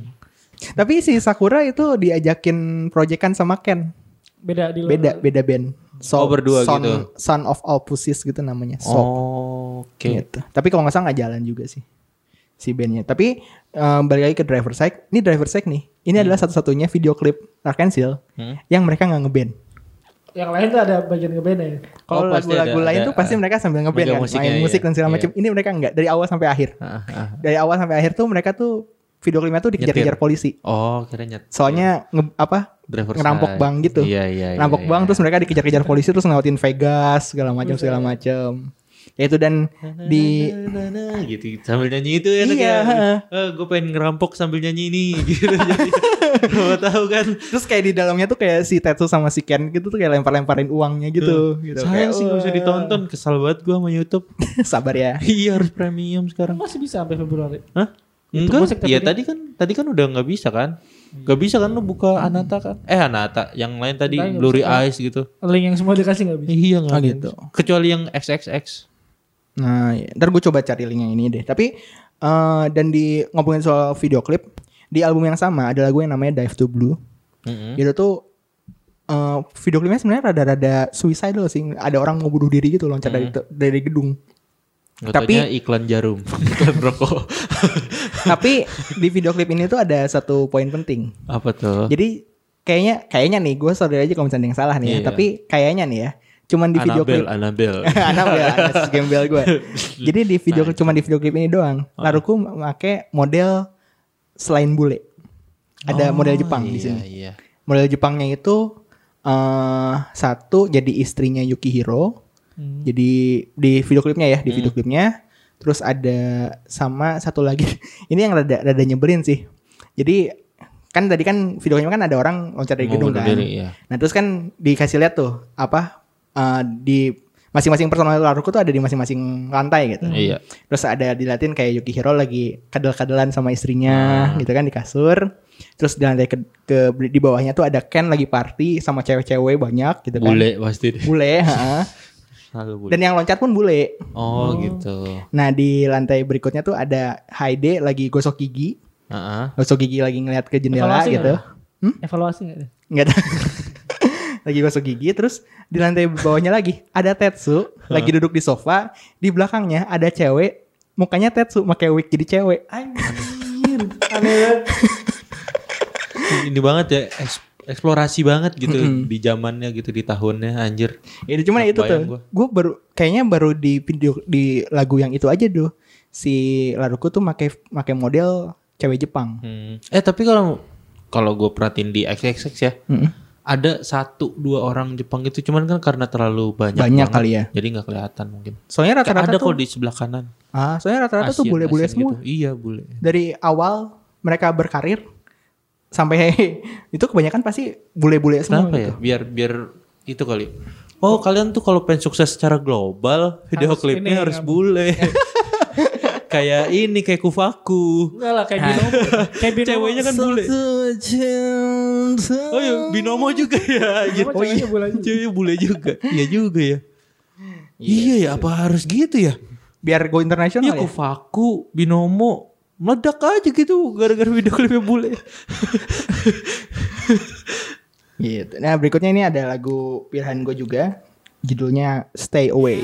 Tapi si Sakura itu diajakin proyekan sama Ken. Beda di luar. Beda band. Berdua gitu. Son of All Pussies gitu namanya. Oke. Gitu. Tapi kalau nggak salah nggak jalan juga sih si bandnya. Tapi balik lagi ke Driver Side. Ini Driver Side nih. Ini adalah satu-satunya video klip Arkansas yang mereka nggak ngeband. Yang lain tuh ada bagian ngeband ya. Kalau lagu-lagu lain tuh pasti mereka sambil ngeband kan, main musik dan segala macam. Ini mereka nggak, dari awal sampai akhir. Dari awal sampai akhir tuh mereka tuh video klipnya tuh dikejar-kejar polisi. Oh, kira nyetir. Soalnya ngerampok bank gitu. Iya. Ngerampok bank terus mereka dikejar-kejar polisi terus ngelewatin Vegas segala macam. Ya itu dan di gitu sambil nyanyi itu ya. Iya. Gue pengen ngerampok sambil nyanyi ini gitu. Jadi gue tahu kan. Terus kayak di dalamnya tuh kayak si Tetsu sama si Ken gitu tuh kayak lempar-lemparin uangnya gitu. Sayang sih gak usah ditonton. Kesal banget gue sama YouTube. Sabar ya. Iya harus premium sekarang. Masih bisa sampai Februari. Hah? Enggak, ya tadi kan udah nggak bisa kan? Gak bisa kan lu buka Anata kan? Anata, yang lain tadi Blurry Eyes gitu. Link yang semua dikasih nggak bisa? Iya nggak gitu. Kecuali yang XXX. Nah, ntar gue coba cari link yang ini deh. Tapi dan di ngomongin soal video klip di album yang sama ada lagu yang namanya Dive to Blue. Itu tuh video klipnya sebenarnya rada-rada suicidal sih. Ada orang mau bunuh diri gitu loncat dari gedung. Tapi iklan jarum, iklan rokok. Tapi di video klip ini tuh ada satu poin penting. Apa tuh? Jadi kayaknya nih gue sorry aja kalau misalnya yang salah nih ya. Tapi kayaknya nih ya. Cuman di video klip Annabelle gembel gue. Jadi di video cuma di video klip ini doang. Laruku pakai model selain bule. Ada model Jepang di sini. Iya. Model Jepangnya itu satu jadi istrinya Yukihiro. Jadi di video klipnya ya, di video klipnya. Terus ada sama satu lagi. Ini yang rada nyebelin sih. Jadi kan tadi kan video klipnya kan ada orang loncat dari gedung kan. Nah terus kan dikasih lihat tuh di masing-masing personal Laruku tuh ada di masing-masing lantai gitu. Iya. Terus ada diliatin kayak Yukihiro lagi kadal-kadalan sama istrinya gitu kan di kasur. Terus di lantai di bawahnya tuh ada Ken lagi party sama cewek-cewek banyak gitu kan. Bule pasti. Bule, Dan yang loncat pun bule. Oh gitu. Nah di lantai berikutnya tuh ada Haide lagi gosok gigi. Gosok gigi lagi ngeliat ke jendela gitu. Evaluasi nggak? Nggak ada. Lagi gosok gigi. Terus di lantai bawahnya lagi ada Tetsu lagi duduk di sofa. Di belakangnya ada cewek. Mukanya Tetsu pakai wig jadi cewek. Anjir, aneh banget. Ini banget ya, eksplorasi banget gitu di zamannya gitu, di tahunnya anjir. Itu cuma itu tuh. Gue kayaknya baru di video di lagu yang itu aja tuh si Laruku tuh pakai model cewek Jepang. Tapi kalau gue perhatiin di XXX ya, ada 1-2 orang Jepang gitu, cuman kan karena terlalu banyak kali ya. Jadi nggak kelihatan mungkin. Soalnya rata-rata ada tuh kok di sebelah kanan. Soalnya rata-rata tuh bule-bule semua. Gitu. Iya bule. Dari awal mereka berkarir sampai itu kebanyakan pasti bule-bule semua. Kenapa gitu. Ya? Biar itu kali. Oh kalian tuh kalau pengen sukses secara global, video klipnya harus bule. Kayak Kufaku. Enggak lah, kayak Binomo. Kayak Binomo. Ceweknya kan bule. Oh iya, Binomo juga ya. Oh iya, ceweknya bule juga. Iya juga ya. Iya ya, apa harus gitu ya? Biar go internasional ya. Kufaku, Binomo meledak aja gitu gara-gara video klipnya bule. Gitu. Nah berikutnya ini ada lagu pilihan gue juga, judulnya Stay Away.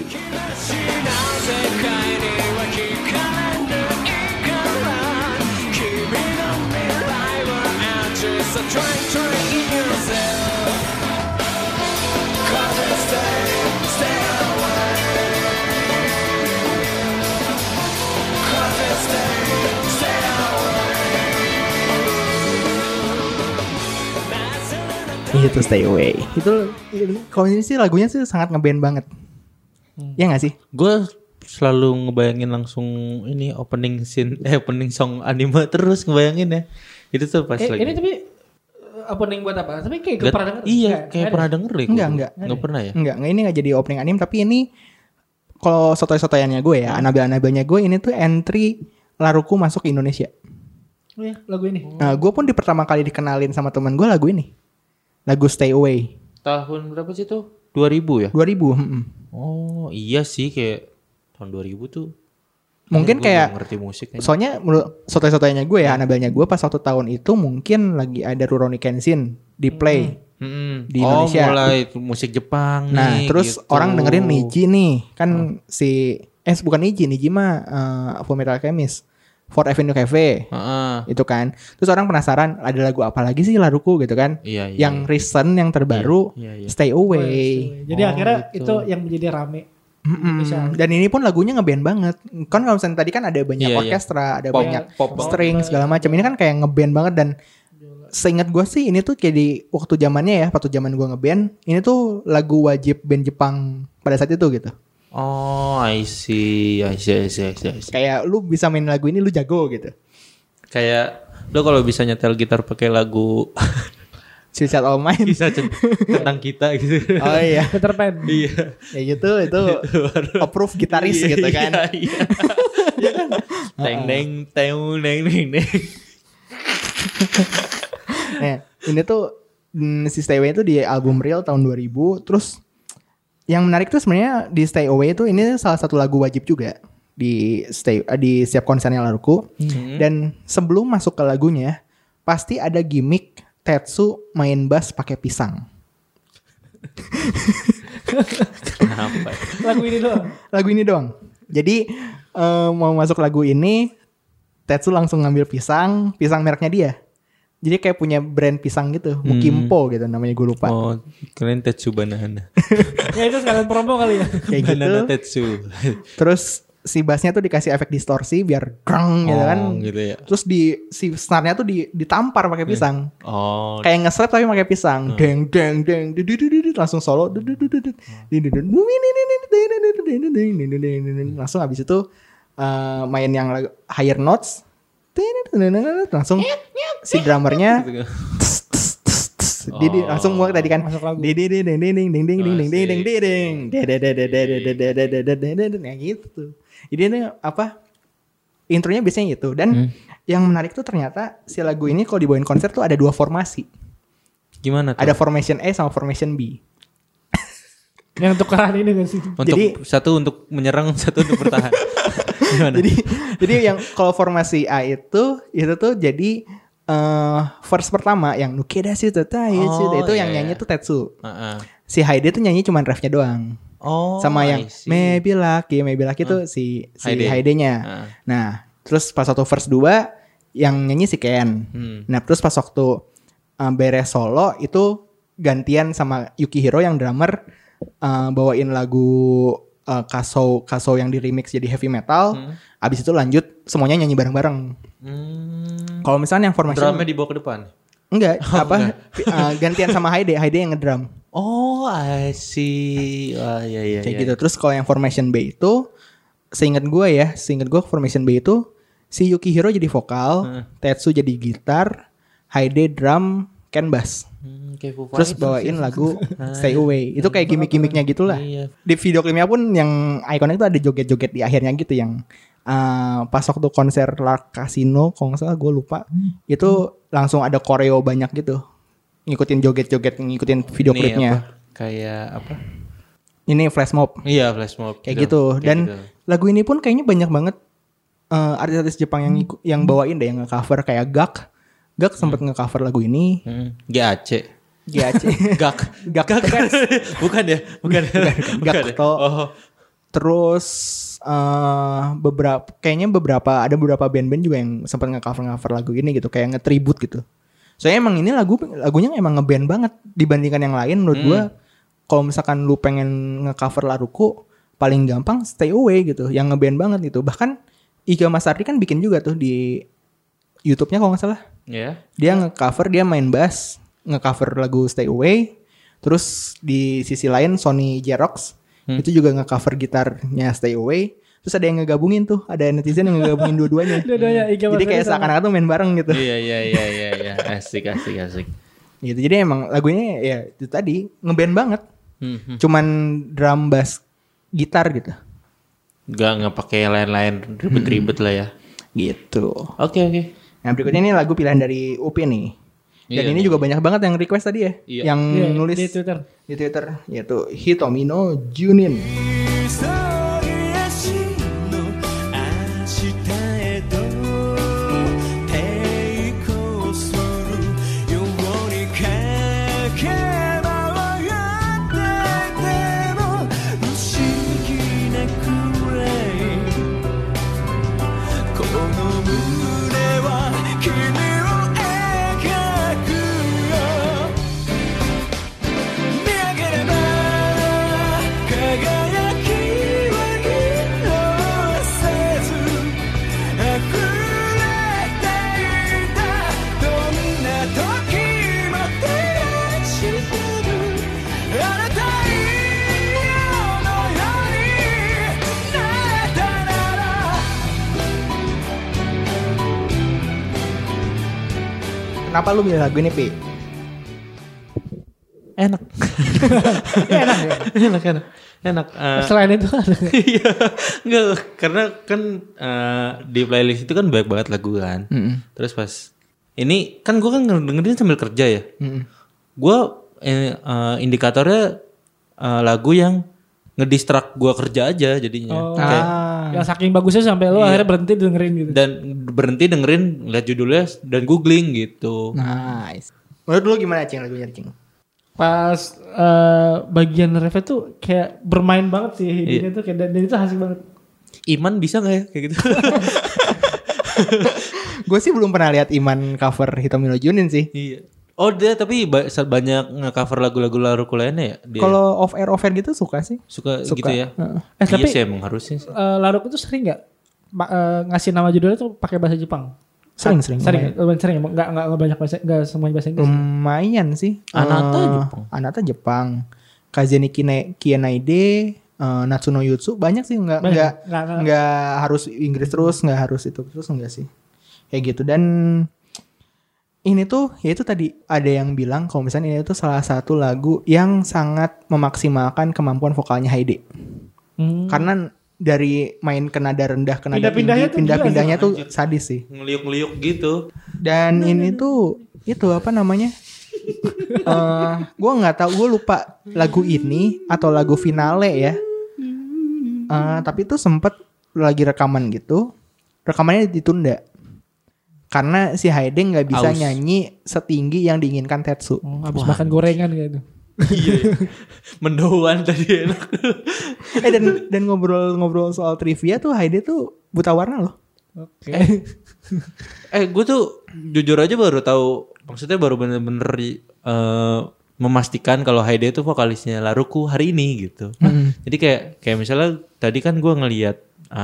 Itu Stay Away. Itu kalau ini sih lagunya sih sangat ngeband banget. Ya nggak sih? Gue selalu ngebayangin langsung ini opening scene, opening song anime terus ngebayangin ya. Itu tuh pas lagi. Ini tapi opening buat apa? Tapi kayak gue pernah denger. Iya, kayak pernah denger deh. Enggak pernah ya? Enggak, ini nggak jadi opening anime, tapi ini kalau sotoy-sotoyannya gue ya, anabel-anabelnya gue ini tuh entry Laruku masuk ke Indonesia. Oh ya, lagu ini. Nah, gue pun di pertama kali dikenalin sama teman gue lagu ini. Lagu Stay Away. Tahun berapa sih tuh? 2000 ya? 2000. Oh, iya sih kayak tahun 2000 tuh. Mungkin kayak ngerti musik kayaknya. Soalnya menurut sotoy-sotoyanya gue ya, anabelnya gue pas waktu tahun itu mungkin lagi ada Rurouni Kenshin di play di Indonesia. Oh, mulai musik Jepang Nah, nih. terus gitu. orang dengerin Niji nih. Kan bukan Niji mah Full Metal Alchemist. Fourth Avenue Cafe. Itu kan. Terus orang penasaran ada lagu apa lagi sih Laruku gitu kan. Iya, yang recent, yang terbaru Iya. Stay Away. Jadi akhirnya gitu. itu yang menjadi rame. Dan ini pun lagunya ngeband banget. Kan kalau misalnya tadi kan ada banyak Iya, iya. orkestra, ada Pop, banyak pop string segala macam. Ini kan kayak ngeband banget dan seingat gue sih ini tuh kayak di waktu zamannya ya, waktu zaman gue ngeband, ini tuh lagu wajib band Jepang pada saat itu gitu. Oh, I see. Kayak lu bisa main lagu ini lu jago gitu. Kayak lo kalau bisa nyetel gitar pakai lagu Sweet Child All Mine. bisa tentang kita gitu. Oh iya. Peter Pan. Iya. Ya gitu itu approve gitaris gitu kan. Iya. Teng neng. Nah, ini tuh si Stay Away itu di album Real tahun 2000. Terus yang menarik tuh sebenarnya di Stay Away itu ini salah satu lagu wajib juga di setiap konsernya Laruku. Dan sebelum masuk ke lagunya pasti ada gimmick Tetsu main bass pakai pisang. Kenapa? Lagu ini doang. Jadi mau masuk lagu ini Tetsu langsung ngambil pisang mereknya dia. Jadi kayak punya brand pisang gitu, Mukimpo gitu namanya, gue lupa. Oh, kalian Tetsu Banana. Ya itu sekalian promo kali ya. Kayak gitu. Banana Tetsu. Terus si bassnya tuh dikasih efek distorsi biar grang gitu kan. Gitu ya. Terus si snare-nya tuh ditampar pakai pisang. Oh. Kayak nge-slap tapi pakai pisang. Deng langsung solo. Langsung habis itu main yang higher notes. Langsung si drummernya dia langsung mulai tadi kan gitu. Jadi ini apa intronya biasanya itu. Dan yang menarik tuh ternyata si lagu ini kalau dibawain konser tuh ada 2 formasi. Gimana tuh? Ada formation A sama formation B. Yang tukeran ini gak sih? Jadi satu untuk menyerang, satu untuk bertahan. Gimana? jadi yang kalau formasi A itu tuh jadi verse pertama yang Nukeda sih itu yang nyanyi tuh Tetsu. Si Haide tuh nyanyi cuma refnya doang. Oh, sama yang Maybe Lucky tuh si Haide-nya. Nah, terus pas waktu verse 2 yang nyanyi si Ken. Nah, terus pas waktu beres solo itu gantian sama Yukihiro yang drummer bawain lagu Kaso yang di remix jadi heavy metal. Abis itu lanjut semuanya nyanyi bareng-bareng. Kalau misalnya yang formation drumnya dibawa ke depan. Enggak, gantian sama Haide yang ngedrum. Oh, I see. Iya. Kayak gitu. Terus kalau yang formation B itu seingat gue formation B itu si Yukihiro jadi vokal, Tetsu jadi gitar, Haide drum, Ken bass. Terus bawain lagu Stay Away. Itu kayak gimmick-gimmicknya gitulah. Iya. Di video klipnya pun yang ikonik itu ada joget-joget di akhirnya gitu yang pas waktu konser Lark Casino kalau nggak salah gue lupa. Itu langsung ada koreo banyak gitu. Ngikutin joget-joget, ngikutin video klipnya. Kayak apa? Ini flash mob. Iya, flash mob. Kayak gitu. Dan lagu ini pun kayaknya banyak banget artis-artis Jepang yang bawain deh, yang nge-cover kayak Gak sempat nge-cover lagu ini. GAC. Gak. Bukan ya? Gakto. Oh. Terus beberapa band-band juga yang sempat nge-cover lagu ini gitu, kayak nge-tribute gitu. Soalnya emang ini lagunya emang nge-band banget dibandingkan yang lain menurut gua. Kalau misalkan lu pengen nge-cover Laruku, paling gampang Stay Away gitu, yang nge-band banget gitu. Bahkan Iga Masardi kan bikin juga tuh di YouTube-nya kalau nggak salah. Iya. Dia nge-cover, dia main bass, nge-cover lagu Stay Away. Terus di sisi lain Sony Xerox itu juga nge-cover gitarnya Stay Away. Terus ada yang ngegabungin tuh, ada netizen yang ngegabungin dua-duanya. Jadi kayak seakan-akan tuh main bareng gitu. Iya. Asik. Gitu. Jadi emang lagunya ya itu tadi nge-band banget. Cuman drum bass gitar gitu. Gak pakai lain-lain ribet-ribet lah ya. Gitu. Oke. Nah berikutnya ini lagu pilihan dari Upi nih. Dan ini juga banyak banget yang request tadi ya. Yang nulis di Twitter. Yaitu Hitomino Junin. Kenapa lu milih lagu ini, Pi? Enak. Enak. Selain itu ada. Iya. Enggak, karena kan di playlist itu kan banyak banget lagu kan. Terus pas ini kan gue kan dengerin sambil kerja ya. Gue indikatornya lagu yang ngedistract gue kerja aja jadinya. Yang saking bagusnya sampai lo akhirnya berhenti dengerin gitu. Dan berhenti dengerin, lihat judulnya dan googling gitu. Nice. Menurut lu gimana Cing lagunya Cing? Pas bagian refnya tuh kayak bermain banget sih hidupnya tuh kayak dan itu asik banget. Iman bisa nggak ya kayak gitu? Gue sih belum pernah lihat Iman cover Hitomino Junin sih. Iya. Oh dia tapi banyak nge-cover lagu-lagu Laruku lainnya ya? Kalau off air gitu suka sih. Suka gitu ya? Tapi sih emang harusnya sih. Laruku tuh sering gak ngasih nama judulnya tuh pakai bahasa Jepang? Sering. Sering nggak banyak bahasa, nggak semuanya bahasa Inggris. Lumayan sih. Anata Jepang. Kazeni Kianaide, Natsuno Yutsu banyak sih nggak harus Inggris terus, nggak harus itu terus enggak sih. Kayak gitu. Dan ini tuh ya itu tadi ada yang bilang kalau misalnya ini tuh salah satu lagu yang sangat memaksimalkan kemampuan vokalnya Haide. Karena dari main ke nada rendah ke nada tinggi, pindah-pindahnya tuh sadis sih. Ngeliuk-ngeliuk gitu. Dan ini tuh itu apa namanya? Gue nggak tahu, gue lupa lagu ini atau lagu finale ya. Tapi itu sempet lagi rekaman gitu, rekamannya ditunda karena si Haide nggak bisa nyanyi setinggi yang diinginkan Tetsu. Habis makan gorengan gitu. Iya. Mendoan tadi enak. Dan ngobrol soal trivia tuh Haide tuh buta warna loh. Oke. Gue tuh jujur aja baru tahu, maksudnya baru bener-bener memastikan kalau Haide itu vokalisnya Laruku hari ini gitu. Jadi kayak misalnya tadi kan gue ngelihat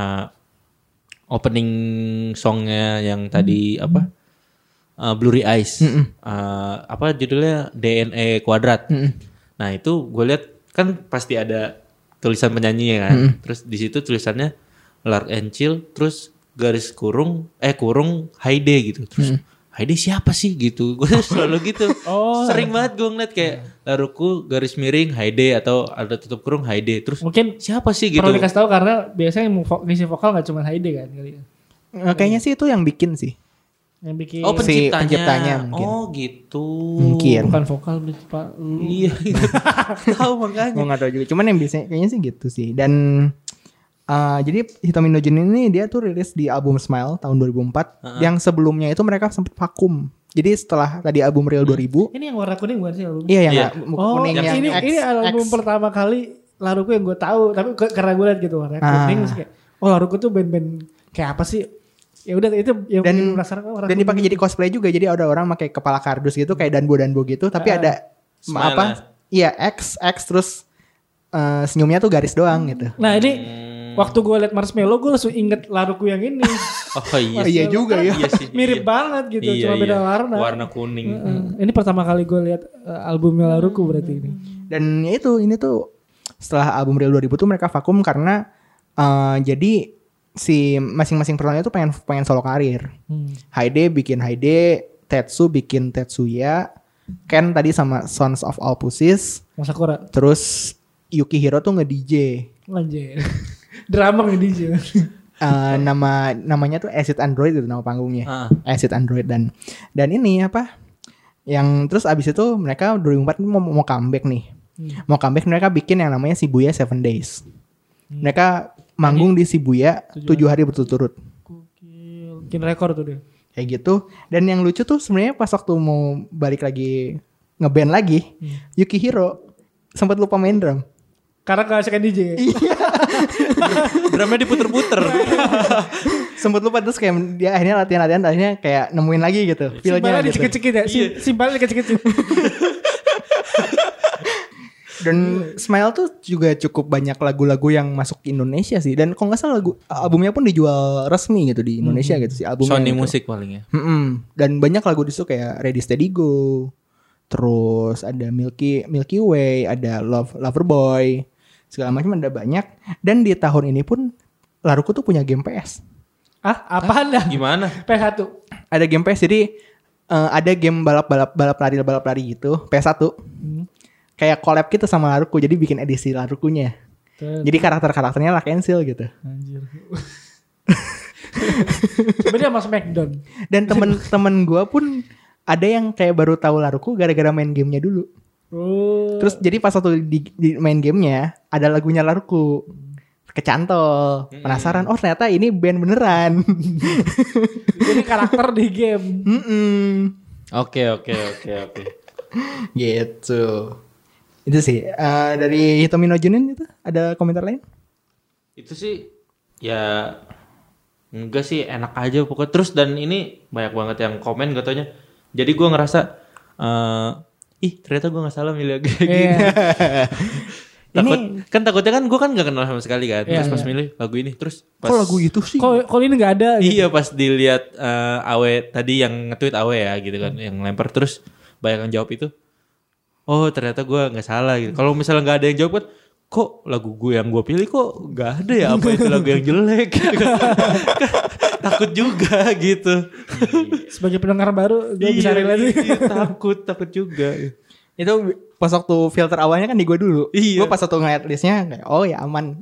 opening songnya yang tadi Blurry Eyes, apa judulnya DNA Kuadrat. Nah itu gue lihat kan pasti ada tulisan penyanyinya kan. Terus di situ tulisannya Lark and Chill, terus garis kurung Haide gitu. Terus Haide siapa sih gitu? Gue selalu gitu. Sering banget gue ngeliat kayak Laruku garis miring Haide atau ada tutup kurung Haide. Terus mungkin siapa sih gitu? Perlu dikasih tahu karena biasanya yang ngisi vokal nggak cuma Haide kan kali. Kayaknya sih itu yang bikin sih. Yang bikin penciptanya mungkin. Oh gitu. Mungkin. Bukan vokal Pak. Iya. Tahu makanya. Gue nggak tahu juga. Cuman yang biasanya kayaknya sih gitu sih. Dan Jadi Hitomi no Junin ini dia tuh rilis di album Smile tahun 2004. Yang sebelumnya itu mereka sempat vakum. Jadi setelah tadi album Real 2000. Ini yang warna kuning bukan sih album? Iya yang kuning yang ini album pertama kali Laruku yang gue tahu, tapi karena gue liat gitu warna kuning terus kayak Laruku tuh band-band kayak apa sih? Ya udah itu yang penasaran dan dipakai jadi cosplay juga. Jadi ada orang pakai kepala kardus gitu kayak danbo gitu, tapi ada Iya X terus senyumnya tuh garis doang gitu. Nah ini waktu gue liat Marshmallow gue langsung inget Laruku yang ini. Iya juga ya. Iya sih, mirip banget gitu, cuma beda warna. Warna kuning. Ini pertama kali gue liat albumnya Laruku berarti ini. Dan ini tuh setelah album Real 2000 tuh mereka vakum karena jadi si masing-masing personelnya tuh pengen solo karir. Haide bikin Haide, Tetsu bikin Tetsuya, Ken tadi sama Sons of All Pussies, Sakura. Terus Yukihiro tuh nge-DJ. Anjir. Drama nge-DJ. Namanya tuh Acid Android itu nama panggungnya. Acid Android dan ini apa? Yang terus abis itu mereka 2004 mau comeback nih. Mau comeback mereka bikin yang namanya Shibuya 7 Days. Mereka manggung di Shibuya 7 hari berturut-turut. Gokil. Bikin rekor tuh dia. Kayak gitu. Dan yang lucu tuh sebenarnya pas waktu mau balik lagi ngeband lagi, Yukihiro sempat lupa main drum. Karena keasikan DJ. Iya. Drumnya diputer-puter. Sempat lupa terus kayak dia akhirnya latihan akhirnya kayak nemuin lagi gitu. Simbalnya dicekit-cekit ya. Simbalnya dicekit-cekit. Dan Smile tuh juga cukup banyak lagu-lagu yang masuk ke Indonesia sih. Dan kalau nggak salah albumnya pun dijual resmi gitu di Indonesia gitu sih albumnya. Sony gitu. Music paling ya. Dan banyak lagu di situ kayak Ready Steady Go. Terus ada Milky Way, ada Loverboy. Segala macam ada banyak. Dan di tahun ini pun Laruku tuh punya game PS. Apaan dah? Gimana? PS1. Ada game PS jadi ada game balap lari gitu, PS1. Kayak collab gitu sama Laruku, jadi bikin edisi Larukunya. Jadi karakternya lah cancel gitu. Anjir. Sebenarnya sama Smackdown. Dan temen gue pun ada yang kayak baru tahu Laruku gara-gara main gamenya dulu. Terus jadi pas waktu di main gamenya ada lagunya Laruku. Kecantol, penasaran. Oh ternyata ini band beneran. Jadi karakter di game. Oke. Gitu. Itu sih dari Hitomi no Junin itu ada komentar lain? Itu sih ya enggak sih, enak aja pokoknya. Terus dan ini banyak banget yang komen gak taunya. Jadi gue ngerasa ternyata gue gak salah milih kayak gini. Takutnya kan gue kan gak kenal sama sekali kan. Terus pas milih lagu ini terus pas, kok lagu itu sih? Kok ini gak ada gitu. Iya pas dilihat Awe tadi yang nge-tweet Awe ya gitu kan, yang lempar terus banyak yang jawab itu. Oh ternyata gue gak salah gitu. Kalau misalnya gak ada yang jawab kan, kok lagu gue yang gue pilih kok gak ada ya, apa itu lagu yang jelek. Takut juga gitu. Sebagai pendengar baru gue bisa relate. Takut juga. Itu pas waktu filter awalnya kan di gue dulu. Gue pas waktu ngeliat listnya kayak oh ya aman.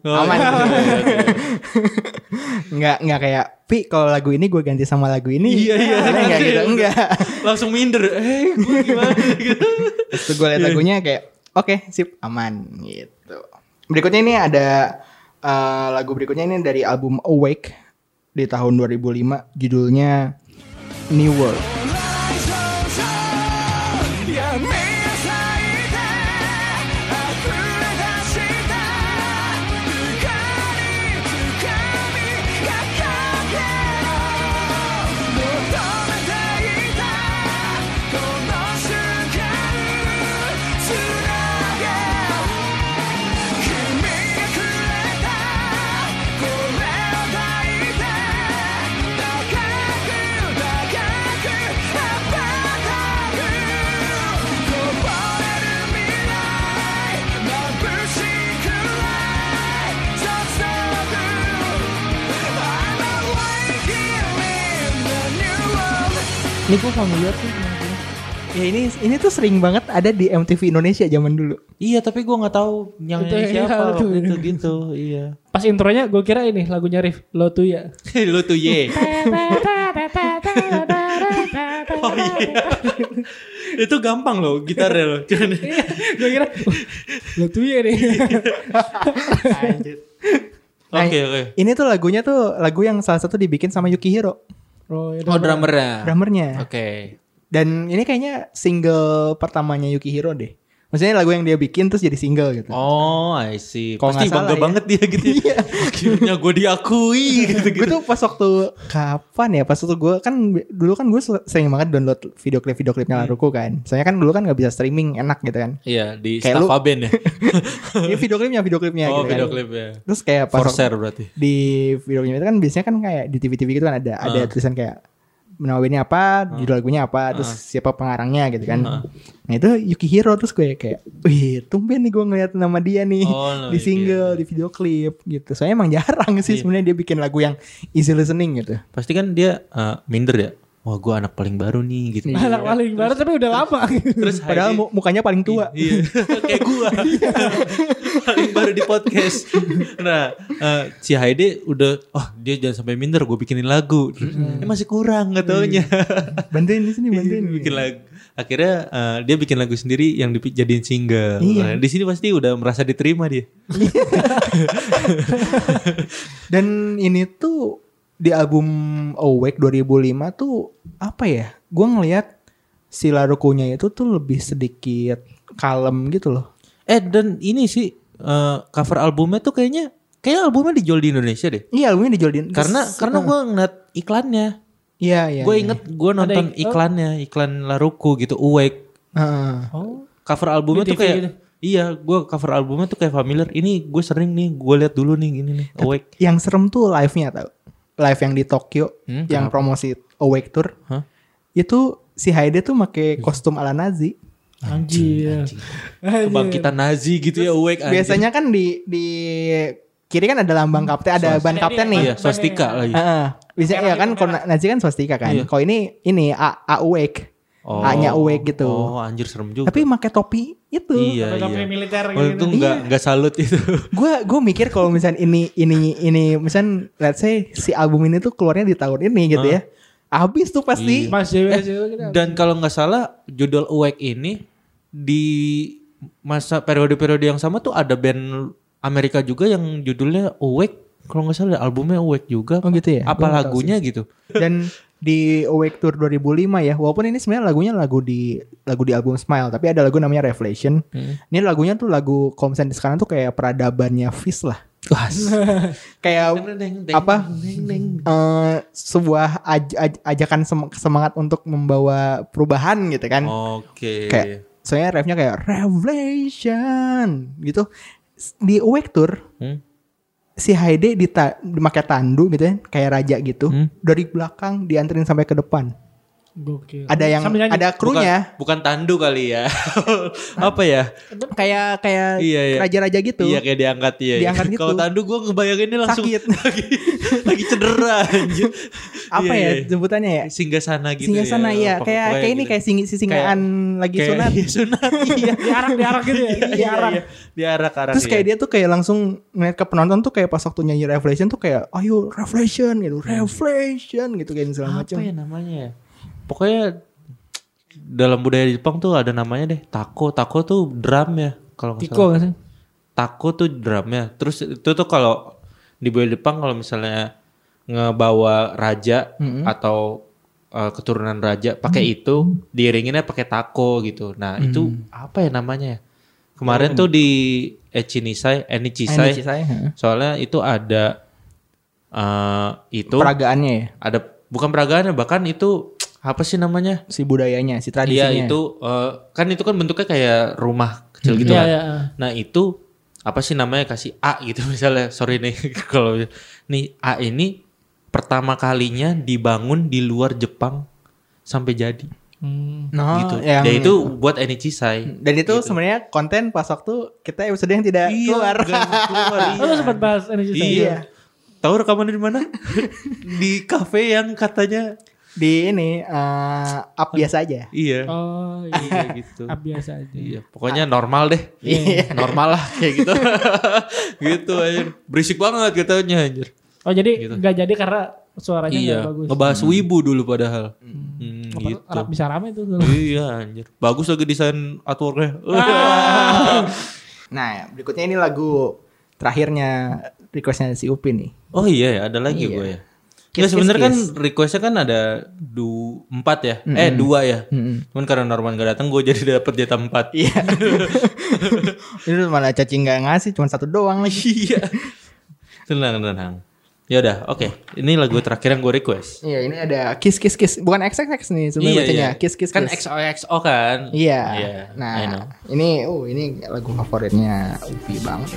Nggak kayak Pi kalau lagu ini gue ganti sama lagu ini. Nggak gitu. Enggak. Langsung minder. Gue gimana gitu. Terus gue liat lagunya kayak oke, sip, aman gitu. Berikutnya ini ada lagu berikutnya ini dari album Awake di tahun 2005, judulnya New World. Ini gue familiar sih. Ya ini tuh sering banget ada di MTV Indonesia zaman dulu. Iya tapi gue nggak tahu yang siapa waktu itu gitu. Iya. Pas intronya gue kira ini lagunya Rif Lo tuh ya. Lo tuh ye. Oh iya. Itu gampang loh gitarnya loh. Gue kira lo tuh ya nih. Nah, Oke. ini tuh lagunya tuh lagu yang salah satu dibikin sama Yukihiro. Oh, ya, Oh, drummernya. Drummernya. Oke. Dan ini kayaknya single pertamanya Yukihiro deh. Maksudnya lagu yang dia bikin terus jadi single gitu. Oh, I see. Kalau Pasti nggak salah bangga ya. banget dia gitu. Iya. Akhirnya gue diakui gitu. Gue tuh pas waktu kapan ya? Pas waktu gue kan dulu kan gue sering banget download video-klipnya Laruku kan. Soalnya kan dulu kan nggak bisa streaming enak gitu kan. Iya, di Kayak Staffa Band ya. Ini videoklipnya Oh, gitu kan. video klip ya. Terus kayak pas Forser berarti. di videoklipnya itu kan biasanya kan kayak di TV-TV gitu kan ada tulisan kayak nama bandnya apa, judul lagunya apa, terus siapa pengarangnya gitu kan. Nah itu Yukihiro, terus gue kayak, wih tumben nih gue ngeliat nama dia nih di single, di video klip gitu. Soalnya emang jarang sih sebenarnya dia bikin lagu yang easy listening gitu. Pasti kan dia minder ya. Wah, gue anak paling baru nih gitu. Anak paling baru tapi udah lama. Terus Padahal mukanya paling tua. Iya, kayak gue. Paling baru di podcast. Nah, si Haide udah, dia jangan sampai minder, gue bikinin lagu. Terus, masih kurang gak taunya. Bantuin di sini, bantuin. Bikin lagu. Akhirnya dia bikin lagu sendiri yang dijadiin single. Iya. Nah, di sini pasti udah merasa diterima dia. Dan ini tuh di album Awake 2005 tuh apa ya? Gue ngelihat si Larukunya itu tuh lebih sedikit kalem gitu loh. Dan ini sih cover albumnya tuh kayak albumnya dijual di Indonesia deh. Iya, albumnya dijual di Karena gue ngeliat iklannya. Iya. Gue inget gue nonton iklannya, iklan Laruku gitu, Awake. Cover albumnya tuh kayak gitu. Iya, gue cover albumnya tuh kayak familiar. Ini gue sering nih, gue lihat dulu nih gini nih, Awake. Yang serem tuh live-nya tau. Live yang di Tokyo, yang promosi Awake Tour. Itu si Haide tuh pakai kostum ala Nazi. Anjir. Kebangkitan Nazi gitu ya, Awake. Biasanya kan di kiri kan ada lambang kapten, ada ban kapten nih. Iya, swastika lagi. Biasanya ya kan kalau Nazi kan swastika kan. Kalau ini A Awake. A-nya Awake gitu. Oh, anjir serem juga. Tapi pakai topi itu. Iya. Topi militer gitu. Itu enggak salut itu. Gue mikir kalau misalnya ini misalnya let's say si album ini tuh keluarnya di tahun ini gitu ya. Habis tuh pasti. Dan kalau nggak salah judul Awake ini di masa periode-periode yang sama tuh ada band Amerika juga yang judulnya Awake. Kalau nggak salah albumnya Awake juga. Oh gitu ya. Apa lagunya gitu. Dan di Awake Tour 2005 ya, walaupun ini sebenarnya lagunya lagu di album Smile, tapi ada lagu namanya Revelation. Ini lagunya tuh lagu kalau misalnya sekarang tuh kayak peradabannya Fish lah. Kayak apa? Sebuah ajakan semangat untuk membawa perubahan gitu kan. Oke. Kayak soalnya refnya kayak Revelation gitu. Di Awake Tour si Haide dipakai tandu gitu ya, kayak raja gitu. Dari belakang dianterin sampai ke depan. Gokil. Ada yang ada krunya. Bukan tandu kali ya. Apa ya? Kayak iya. raja-raja gitu. Iya, kayak diangkat ya. Diangkat gitu. Kalau tandu gue ngebayanginnya langsung sakit. lagi cedera anjir. Apa ya sebutannya ya? Singgasana gitu. Singgasana iya. Kayak ini gitu. kayak singaan lagi sunat. Sunat. Iya. Diarak gitu ya. Diarak. Terus kayak dia tuh kayak langsung ngeliat ke penonton tuh kayak pas waktu nyanyi Revelation tuh kayak ayo Revelation gitu. Revelation gitu kayak segala macam. Apa ya namanya? Pokoknya dalam budaya Jepang tuh ada namanya deh, tako. Tako tuh drum ya kalau nggak salah. Sih? Tako tuh drumnya. Terus itu tuh kalau di budaya Jepang kalau misalnya ngebawa raja atau keturunan raja pakai itu, diiringinnya pakai tako gitu. Nah itu apa ya namanya? Kemarin tuh di Enichi Nisai. Soalnya itu ada itu peragaannya ya. Ada bukan peragaannya, bahkan itu apa sih namanya? Si budayanya, si tradisinya. Iya itu kan bentuknya kayak rumah kecil gitu kan. Iya. Nah itu apa sih namanya, kasih A gitu misalnya. Sorry nih kalau nih A ini pertama kalinya dibangun di luar Jepang sampai jadi. Gitu. Dan itu buat Enichi Nisai. Dan itu gitu. Sebenarnya konten pas waktu kita episode yang tidak keluar. Lu sempat bahas Enichi Nisai. Iya. Tahu rekaman di mana? Di kafe yang katanya di ini up biasa aja. Iya. Oh iya gitu. Up biasa aja. Iya, pokoknya normal deh. Iya. Normal lah kayak gitu. Gitu aja. Berisik banget katanya anjir. Oh jadi enggak jadi karena suaranya enggak bagus. Ngebahas wibu dulu padahal. Gitu. Bisa rame tuh. Iya anjir. Bagus lagi desain artworknya. Nah, berikutnya ini lagu terakhirnya requestnya si Upin nih. Oh iya ya, ada lagi Iya. gue ya. Kiss, Sebenarnya kan kiss. requestnya kan ada 4 ya, 2 ya. Cuman karena Norman gak datang, gue jadi dapet jatah 4. Iya. Itu malah cacing nggak ngasih, cuma 1 doang lagi. Iya. Tenang. Ya udah, oke. Ini lagu terakhir yang gue request. Iya, ini ada Kiss Kiss Kiss, bukan XXX nih sebenarnya bacanya. Kiss Kiss Kan Kiss. XOXO kan. Iya. I know. Nah, ini lagu favoritnya Upi banget.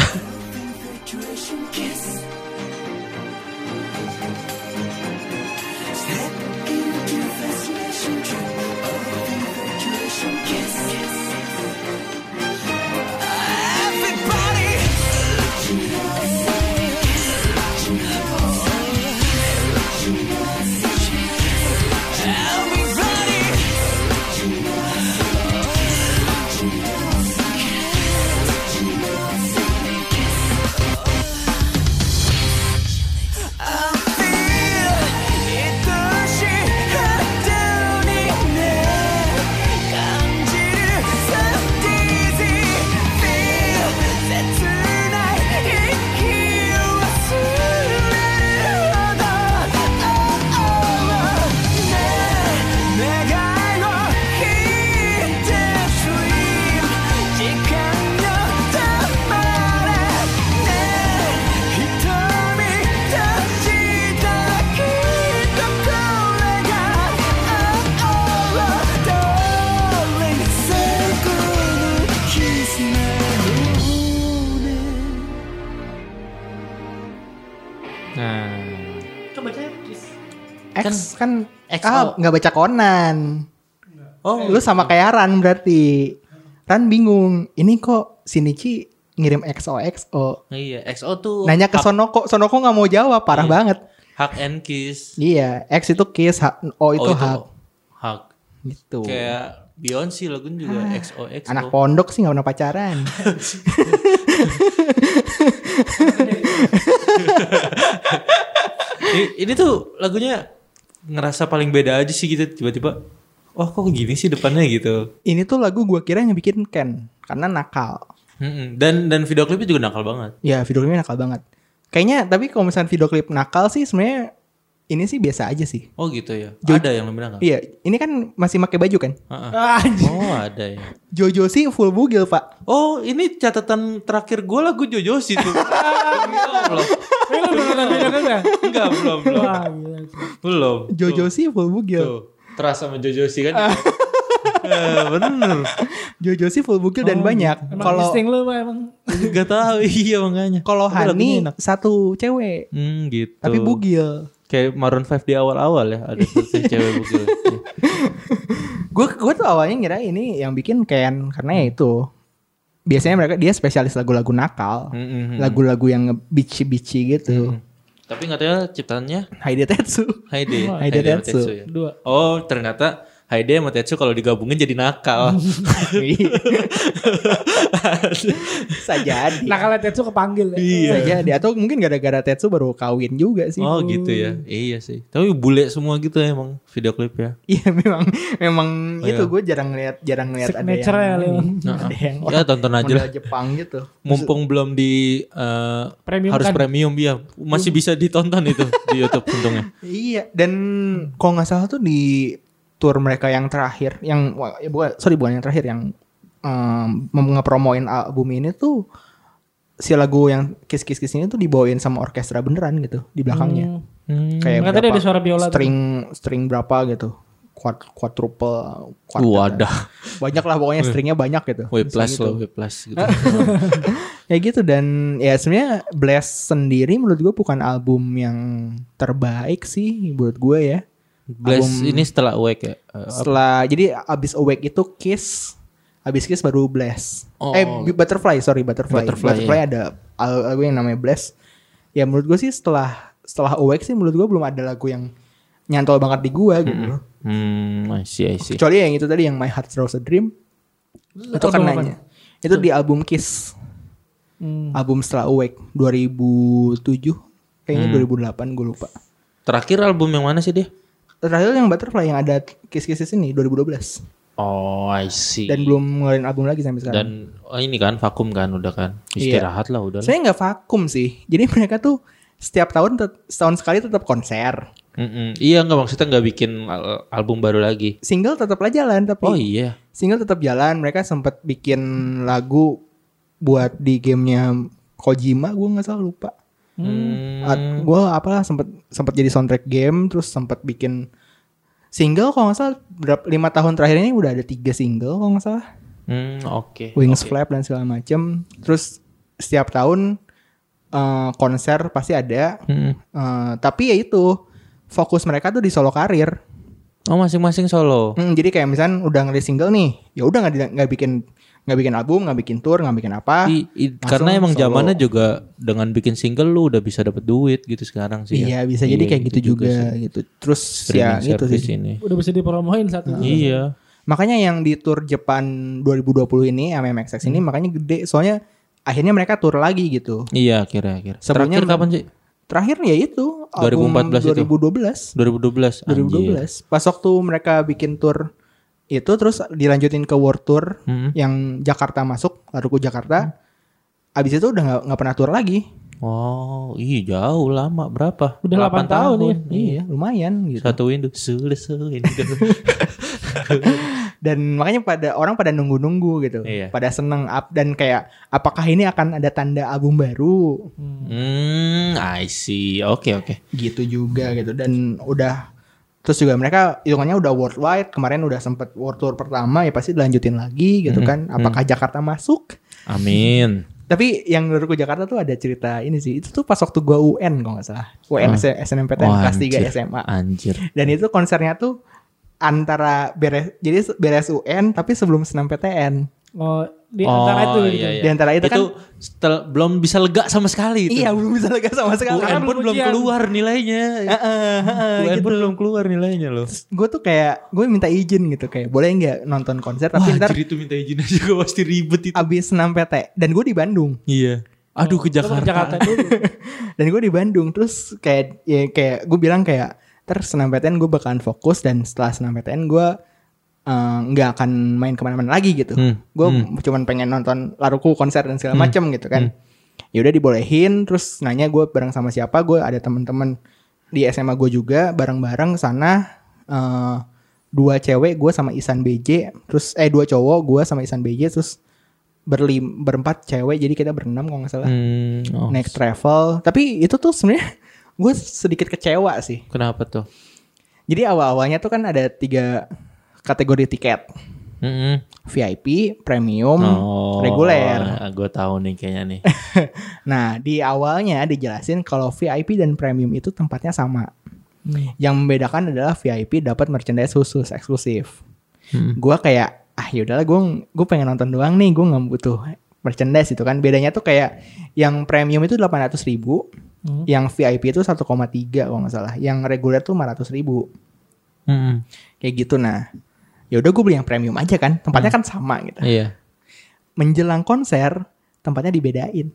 Nah, Coba bacanya Kiss. X kan XO. nggak baca Conan. oh, Lu sama kayak Ran berarti. Ran bingung. Ini kok Shinichi ngirim XOXO. iya, XO tuh Nanya ke Sonoko nggak mau jawab, parah Iya. banget. hug and kiss. Iya, X itu kiss, O itu hug. hug. Gitu. Kayak Beyonce lagunya juga XOXO. Anak pondok sih nggak pernah pacaran. Ini tuh lagunya ngerasa paling beda aja sih gitu tiba-tiba. Wah kok gini sih depannya gitu. Ini tuh lagu gua kira yang bikin Ken karena nakal. Dan video klipnya juga nakal banget. Ya video klipnya nakal banget. Kayaknya tapi kalau misalnya video klip nakal sih sebenarnya ini sih biasa aja sih. Oh gitu ya. Jo- Ada yang lebih nakal. Iya, ini kan masih pakai baju kan? Anjir. Oh ada ya. Jojo sih full bugil, Pak. Oh ini catatan terakhir gue lagu Jojosi tuh. Demi Allah. Lu belum ada beda. Enggak belum. Wah, gila. Belum. Jojo sih full bugil. Tuh. Teras sama Jojosi kan. Bener. Jojo sih full bugil dan banyak. Emang Kalau insting lu Pak, emang. Gak tahu iya makanya. kalau Tapi lagunya Hani enak. satu cewek, Gitu. tapi bugil. Kayak Maroon 5 di awal-awal ya ada satu cewek bugil. Gue tuh awalnya ngira ini yang bikin Ken karena ya itu. Biasanya dia spesialis lagu-lagu nakal, lagu-lagu yang bitchy gitu. Tapi katanya ciptaannya Haide Tetsu. Haide. Haide Tetsu. Ya. Dua. Oh ternyata Haide sama Tetsu kalau digabungin jadi nakal. Bisa jadi. Nakalnya Tetsu kepanggil ya. Bisa jadi. Atau mungkin gara-gara Tetsu baru kawin juga sih. Oh gitu ya. Iya sih. Tapi bule semua gitu emang video klipnya. Iya memang Oh, itu iya. gue jarang lihat Signature ya, Leon. ada yang Ya tonton aja lah. model Jepang gitu. Mumpung belum di Premium harus kan? premium ya. Masih bisa ditonton itu di YouTube untungnya. Iya, dan kalau nggak salah tuh di tour mereka yang terakhir, bukan yang terakhir, yang ngepromoin album ini tuh si lagu yang Kiss Kiss Kiss ini tuh dibawain sama orkestra beneran gitu di belakangnya. Kayak Nggak, tadi ada suara biola tuh. string berapa gitu, quadruple, Wadah. banyak lah pokoknya stringnya banyak gitu. W plus Gitu. loh, W plus gitu. Ya gitu, dan ya sebenarnya Blast sendiri menurut gue bukan album yang terbaik sih menurut gue ya. Bless Album- ini setelah Awake ya. Setelah jadi abis Awake itu Kiss, abis Kiss baru Blast. Oh. Butterfly Butterfly, iya. ada lagu yang namanya Blast. Ya menurut gue sih setelah Awake sih menurut gue belum ada lagu yang nyantol banget di gue gitu. I see. Kecuali yang itu tadi yang My Heart Throws a Dream. Itu kan Album nanya. Itu di album Kiss. Album setelah Awake 2007 kayaknya 2008 gue lupa. Terakhir album yang mana sih dia? Terakhir yang Butterfly yang ada Kiss Kisses ini 2012. Oh, I see. Dan belum ngeluarin album lagi sampai sekarang. Dan ini kan vakum kan udah kan. Istirahat lah udah. Saya nggak vakum sih. Jadi mereka tuh setiap tahun setahun sekali tetap konser. Iya nggak maksudnya nggak bikin album baru lagi. Single tetap lah jalan tapi. Oh iya. Single tetap jalan. Mereka sempat bikin lagu buat di gamenya Kojima. Gue nggak salah lupa. Gue apalah sempat jadi soundtrack game. Terus sempat bikin single kalau nggak salah 5 tahun terakhir ini udah ada 3 single kalau nggak salah. Oke. Wings Flap dan segala macem. Terus setiap tahun konser pasti ada. Tapi ya itu fokus mereka tuh di solo karir. Oh masing-masing solo. Jadi kayak misalnya udah ngerilis single nih, ya udah nggak bikin album, nggak bikin tour, nggak bikin apa. Karena emang solo. zamannya juga dengan bikin single lu udah bisa dapet duit gitu sekarang sih. Iya bisa jadi kayak gitu juga gitu. Terus ya gitu sih. Ini. Udah bisa dipromoin satu. Iya. Makanya yang di tour Jepang 2020 ini MMXX ini makanya gede. Soalnya akhirnya mereka tour lagi gitu. Iya kira-kira. Sebelumnya Terakhir kapan sih? Terakhir ya itu 2014 2012. 2012. Pas waktu mereka bikin tour itu terus dilanjutin ke World Tour yang Jakarta masuk, Laruku Jakarta. Abis itu udah nggak pernah tour lagi. Oh, iya jauh lama berapa? Udah 8 tahun ya. Iya, lumayan gitu. Satu Windows, Dan makanya orang pada nunggu-nunggu gitu. Iya. Pada seneng dan kayak apakah ini akan ada tanda album baru? I see. Oke. Gitu juga gitu. Dan udah terus juga mereka hitungannya udah worldwide. Kemarin udah sempet World Tour pertama ya pasti dilanjutin lagi gitu kan. Apakah Jakarta masuk? Amin. Tapi yang menurutku Jakarta tuh ada cerita ini sih. Itu tuh pas waktu gua UN kalau nggak salah. UN SNMPTN kelas 3 SMA. Anjir. Dan itu konsernya tuh antara beres UN tapi sebelum SNMPTN. Oh, di antara itu gitu. Iya. Di antara itu kan belum bisa lega sama sekali itu. iya belum bisa lega sama sekali. UN pun belum keluar nilainya. UN pun belum keluar nilainya loh. Gue tuh kayak gue minta izin gitu kayak boleh nggak nonton konser tapi ntar Anjir itu minta izin aja juga pasti ribet itu. abis 6 PT dan gue di Bandung. Iya. Aduh ke Jakarta. Dulu. Dan gue di Bandung terus kayak gue bilang kayak SNMPTN gue bakalan fokus dan setelah SNMPTN gue nggak akan main kemana-mana lagi gitu. Gue cuman pengen nonton Laruku konser dan segala macem gitu kan. Ya udah dibolehin terus nanya gue bareng sama siapa, gue ada teman-teman di SMA gue juga bareng-bareng sana 2 cewek gue sama Isan BJ terus 2 cowok gue sama Isan BJ terus berempat cewek jadi kita berenam kalau nggak salah naik travel. Tapi itu tuh sebenarnya gue sedikit kecewa sih. Kenapa tuh? Jadi awal-awalnya tuh kan ada 3 kategori tiket. VIP, premium, reguler. Gue tahu nih kayaknya nih. Nah di awalnya dijelasin kalau VIP dan premium itu tempatnya sama. Yang membedakan adalah VIP dapat merchandise khusus eksklusif. Gue kayak yaudahlah gue pengen nonton doang nih, gue nggak butuh merchandise itu kan. Bedanya tuh kayak yang premium itu 800.000, yang VIP itu 1,3 kalau nggak salah, yang reguler tuh 500.000. Kayak gitu. Nah ya udah gue beli yang premium aja kan, tempatnya kan sama gitu. Iya. Menjelang konser tempatnya dibedain.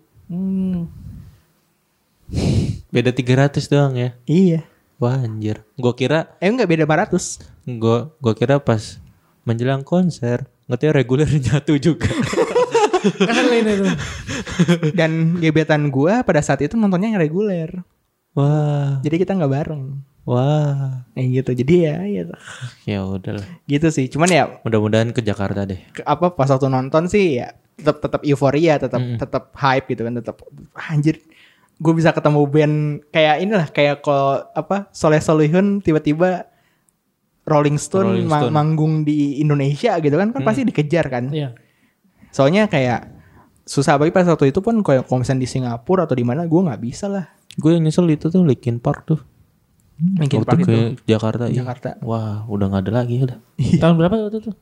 Beda 300 doang ya. Iya. Wah anjir. Gue kira Enggak beda 500. Gue kira pas menjelang konser ngetnya reguler nyatu juga. Dan gebetan gue pada saat itu nontonnya yang reguler. Wah. Jadi kita nggak bareng. Wah. Gitu. Jadi ya Ya udahlah. gitu sih. Cuman ya Mudah-mudahan ke Jakarta deh. pas waktu nonton sih ya tetap euforia, tetap hype gitu kan, tetap anjir. Gue bisa ketemu band kayak inilah, kayak kalau Soleh Solihun tiba-tiba Rolling Stone. Manggung di Indonesia gitu kan pasti dikejar kan. Iya. Soalnya kayak susah bagi pas waktu itu pun kalau misalnya di Singapura atau di mana gue nggak bisa lah. Gue yang nyesel itu tuh Linkin Park tuh. Linkin waktu Park ke itu Jakarta. Jakarta. Iya. Wah udah gak ada lagi udah. Tahun berapa waktu itu?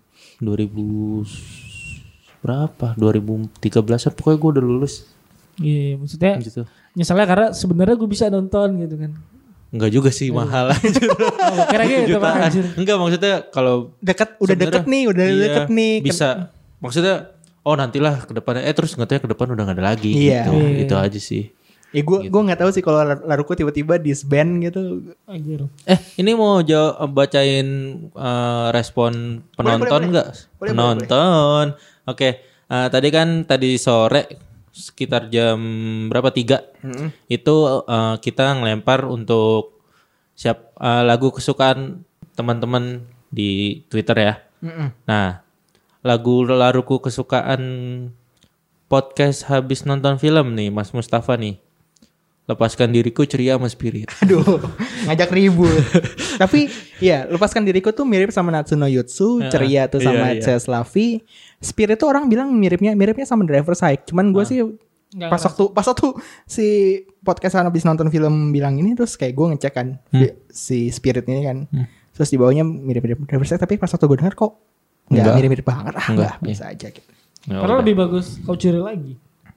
2000 berapa? 2013an pokoknya gue udah lulus. Iya, maksudnya Gitu. nyesalnya karena sebenarnya gue bisa nonton gitu kan. Enggak juga sih, mahal aja. Kira gitu Pak, anjir. Enggak, maksudnya kalau udah deket nih. Bisa. Maksudnya nantilah ke depannya terus ngetanya ke depan udah gak ada lagi Iya. gitu. Itu aja sih. Ya gue nggak tahu sih kalau Laruko tiba-tiba disband gitu. Anjir. Ini mau bacain respon penonton nggak? Penonton. Oke. Tadi sore sekitar jam berapa 3 itu kita ngelempar untuk lagu kesukaan teman-teman di Twitter ya. Nah, lagu Laruku kesukaan podcast habis nonton film nih Mas Mustafa nih. Lepaskan diriku ceria sama Spirit. Aduh, ngajak ribut. Tapi ya, lepaskan diriku tuh mirip sama Natsuno Yutsu, ceria tuh sama Ceslavi. Spirit tuh orang bilang miripnya sama Driver Psych. Cuman gue sih pas waktu si podcast habis nonton film bilang ini, terus kayak gue ngecek kan si Spirit ini kan. Terus di bawahnya mirip-mirip Driver Psych, tapi pas waktu gue denger kok nggak mirip-mirip banget. Enggak, biasa aja gitu. Padahal lebih bagus kau curi lagi.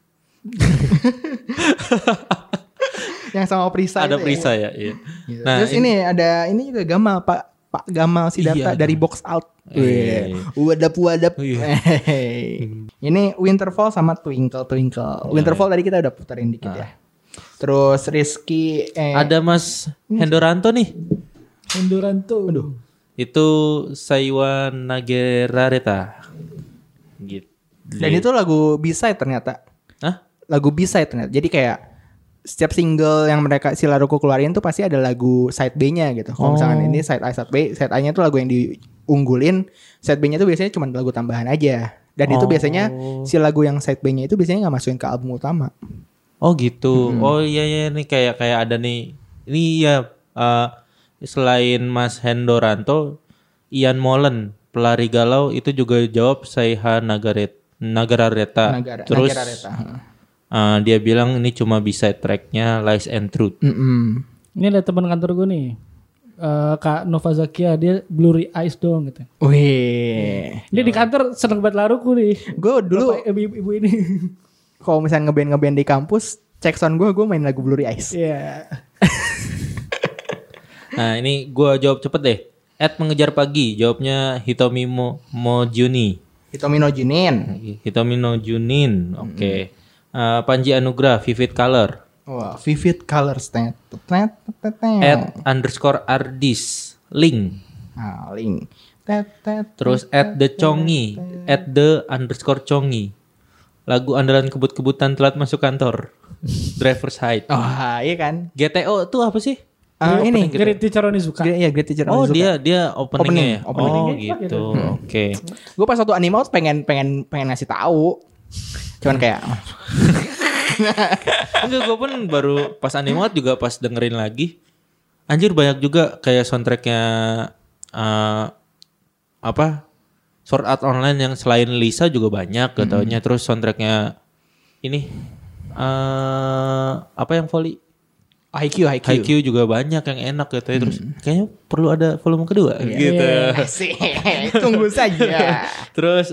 Yang sama Prisa. Ada Prisa ya. Iya. Gitu. Nah, terus ini juga Gamal, Pak Gamal Siddhartha dari Box Out. Wadap. Ini Winterfall sama Twinkle. Winterfall tadi kita udah puterin dikit ya. Terus Rizky ada Mas Hendoranto nih. Aduh. Itu Saiwa Nagerareta. Gitu. Dan itu lagu B-side ternyata. Hah? Lagu B-side ternyata. Jadi kayak setiap single yang mereka si Laruko keluarin tuh pasti ada lagu side B-nya gitu. Kalau misalkan ini side A, side B, side A-nya tuh lagu yang diunggulin, side B-nya tuh biasanya cuma lagu tambahan aja. Dan itu biasanya si lagu yang side B-nya itu biasanya nggak masukin ke album utama. Oh gitu. Oh iya nih kayak ada nih. Ini ya selain Mas Hendoranto, Ian Molen pelari galau itu juga jawab Saiha Nagarareta. Terus dia bilang ini cuma bisa tracknya Lies and Truth. Ini ada teman kantor gue nih, Kak Nova Zakia, dia Blurry Eyes doang gitu. Wih. Dia di kantor seneng banget Laruku nih. Gue dulu ibu ini. Kalau misalnya ngeband di kampus, cek sound gue main lagu Blurry Eyes. Iya. Nah ini gue jawab cepet deh. Mengejar pagi, jawabnya Hitomi Mojuni. Hitomi no Junin. Oke. Panji Anugrah, Vivid Color. Wah, Vivid Colors. @_ardis, Link. Link. Terus @the_chongi, @the_chongi. Lagu andalan kebut-kebutan telat masuk kantor. Driver's Height. Oh, iya kan? GTO tuh apa sih? Ini Great Teacher Onizuka. Iya, Great Teacher Onizuka. Dia openingnya ya? Opening. Oh gitu. Oke. Gue pas waktu anime out pengen ngasih tahu. Cuman kayak enggak, gue pun baru pas anime out juga pas dengerin lagi. Anjir banyak juga kayak soundtracknya Sword Art Online yang selain Lisa juga banyak katanya. Terus soundtracknya ini apa yang volley? Haikyuu juga banyak yang enak katanya. Terus kayaknya perlu ada volume kedua gitu. Tunggu saja. Terus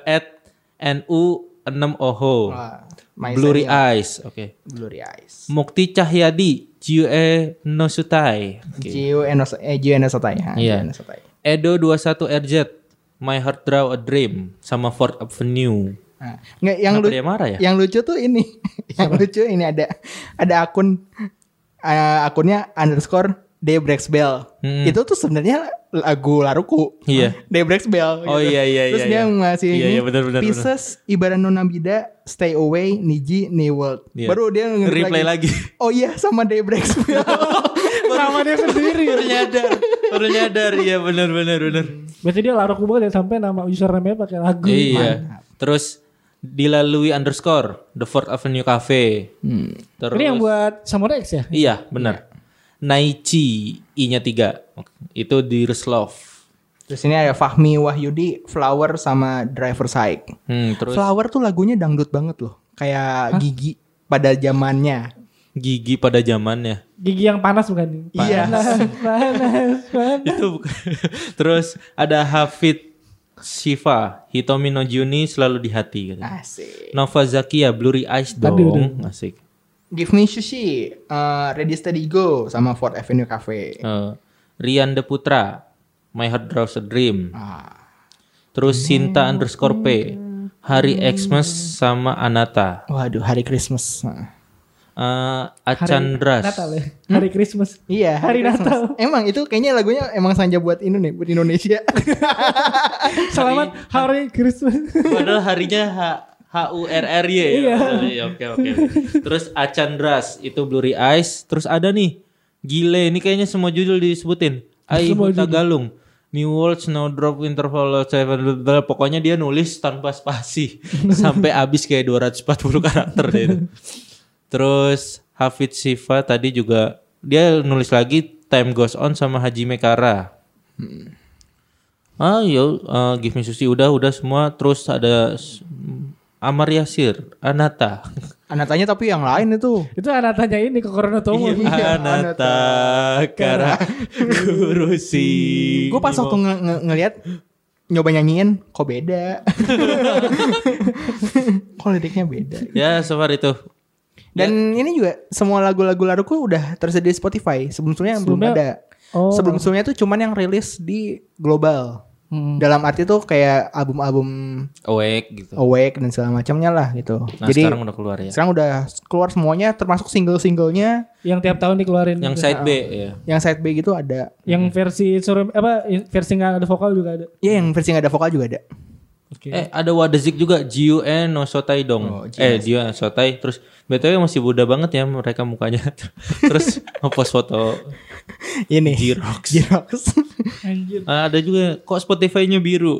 @nu6oho Blurry Eyes. Oke. Blurry Eyes. Mukti Cahyadi Jiue no Sutai. Jiue no Sutai. Iya. Edo 21RZ My Heart Draw a Dream sama Fourth Avenue. Nggak, yang lucu tuh ini. Yang lucu ini ada akunnya _Daybreaks_Bell. Itu tuh sebenarnya lagu Laruku. Iya. Daybreaks_Bell. Oh gitu. iya. Terus dia ngasih ini bener. Pieces Ibara no Nabida Stay Away Niji New World. Iya. Baru dia replay lagi. Oh iya, sama Daybreaks_Bell. Sama dia sendiri. Baru nyadar. Iya benar. Berarti dia Laruku banget ya, sampai nama username-nya pakai lagu. Iya. Terus dilalui _ The Fourth Avenue Cafe. Terus ini yang buat Samurai X ya? Iya benar. Naichi I-nya 3. Itu di Reslov. Terus ini ada Fahmi Wahyudi Flower sama Driver Psych. Terus Flower tuh lagunya dangdut banget loh. Kayak Gigi pada zamannya. Gigi pada zamannya. Gigi yang panas bukan? Iya. Panas. Itu bukan. Terus ada Hafid Shiva, Hitomi no Juni selalu di hati. Asik. Nova Zakia, Blurry Eyes dong. Asik. Give Me Sushi, Ready Steady Go sama Fourth Avenue Cafe. Rian De Putra, My Heart Draws a Dream. Terus Sinta _P, Hari Xmas sama Anata. Waduh, Hari Christmas. Acandras. Natal ya. Hari Christmas. Iya, Hari Christmas. Natal. Emang itu kayaknya lagunya emang sengaja buat ini nih, buat Indonesia. Selamat Hari Christmas. Padahal harinya HURRY ya. Iya. Oke. Terus Acandras itu Blurry Eyes. Terus ada nih Gile, ini kayaknya semua judul disebutin. Semua judul. Tagalung. New World, Snowdrop, Interval, pokoknya dia nulis tanpa spasi sampai habis kayak 240 karakter deh. Terus Hafid Siva tadi juga dia nulis lagi Time Goes On sama Hajime Kara. Give Me Sushi udah semua. Terus ada Amar Yasir, Anata. Anatanya tapi yang lain itu. Itu anatanya ini ke Corona Tomo. Iya. Anata Kara Kurusi. Gue pas waktu ngeliat nyoba nyanyiin, kok beda. Kok liriknya beda. Ya, so far itu. Dan ini juga semua lagu-lagu Laruku udah tersedia di Spotify. Sebelumnya belum ada. Sebelumnya tuh cuman yang rilis di global. Dalam arti tuh kayak album-album Awake dan segala macamnya lah gitu. Nah, jadi sekarang udah keluar ya. Sekarang udah keluar semuanya termasuk single-singlenya yang tiap tahun dikeluarin. Yang side B ya. Yang side B gitu ada. Yang versi versi nggak ada vokal juga ada. Iya, yang versi nggak ada vokal juga ada. Okay. Ada Wadazik juga, Jiu-en no Sotai dong. Jiu-en no Sotai. Terus BTW masih muda banget ya mereka mukanya. Terus ngepost foto ini Jirox. Anjir. Ada juga kok Spotify-nya biru.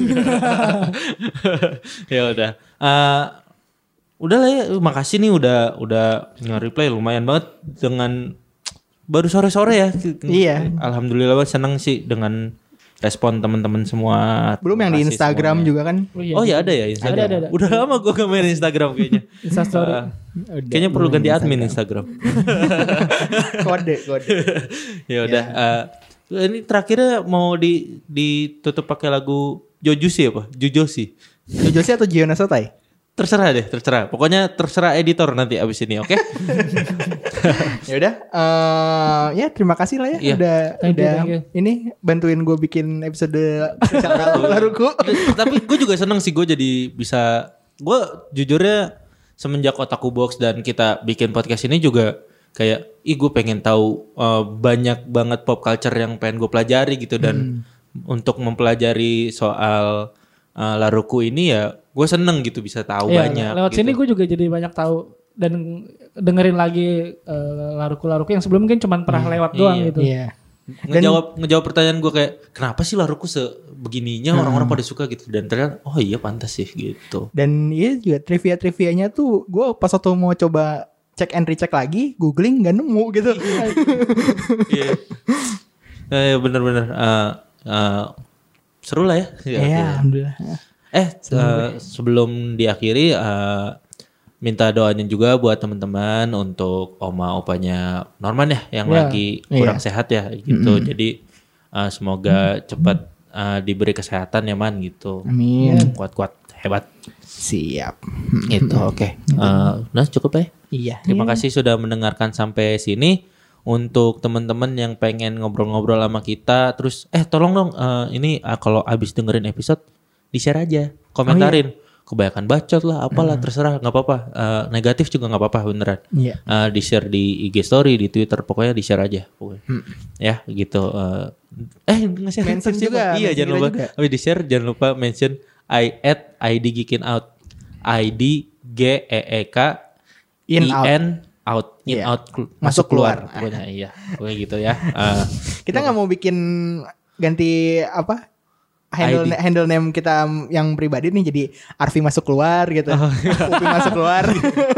Ya udah. Udah lah ya, makasih nih udah nge-reply lumayan banget dengan baru sore-sore ya. Iya. Alhamdulillah banget, seneng sih dengan respon teman-teman semua. Belum yang di Instagram semuanya juga kan. Oh iya ada ya Instagram. Ada. Udah lama gue gak main Instagram kayaknya. Instastory. Kayaknya perlu ganti admin Instagram. Kode. Ya udah. Ini terakhirnya mau ditutup pakai lagu Jojusi apa? Jojosi atau Jiona Sotai? Terserah. Pokoknya terserah editor nanti abis ini, oke? Ya udah, ya terima kasih lah ya udah Thank you. Ini bantuin gue bikin episode Laruku. Tapi gue juga seneng sih gue jadi bisa. Gue jujurnya semenjak Otaku Box dan kita bikin podcast ini juga kayak, gue pengen tahu banyak banget pop culture yang pengen gue pelajari gitu dan untuk mempelajari soal Laruku ini ya gue seneng gitu bisa tahu banyak. Lewat gitu. sini gue juga jadi banyak tahu dan dengerin lagi Laruku yang sebelum mungkin cuma pernah lewat doang gitu. Iya. Ngejawab pertanyaan gue kayak kenapa sih Laruku sebegininya orang-orang pada suka gitu dan ternyata oh iya pantas sih gitu. Dan iya juga trivia-trivianya tuh gue pas waktu mau coba cek and recheck lagi googling nggak nemu gitu. Iya. Bener-bener seru lah ya. Iya, alhamdulillah. Sebelum diakhiri minta doanya juga buat teman-teman untuk oma opanya Norman ya yang lagi kurang sehat ya gitu. Jadi semoga cepat diberi kesehatan ya Man gitu. Amin. Kuat-kuat hebat. Siap. Itu oke. Nah cukup ya. Iya. Terima kasih sudah mendengarkan sampai sini. Untuk teman-teman yang pengen ngobrol-ngobrol sama kita, terus tolong dong ini kalau abis dengerin episode di-share aja, komentarin. Kebanyakan bacot lah, apalah terserah, nggak apa-apa. Negatif juga nggak apa-apa beneran. Iya. Di-share di IG story, di Twitter, pokoknya di-share aja. Ya gitu. Nge-share mention juga. Iya jangan lupa. Habis di-share jangan lupa mention @idgeekinOut. IDGEEK out masuk keluar pokoknya iya pokoknya gitu ya. Kita nggak mau bikin ganti apa handle name kita yang pribadi nih jadi Arfi masuk keluar gitu. Upi masuk keluar.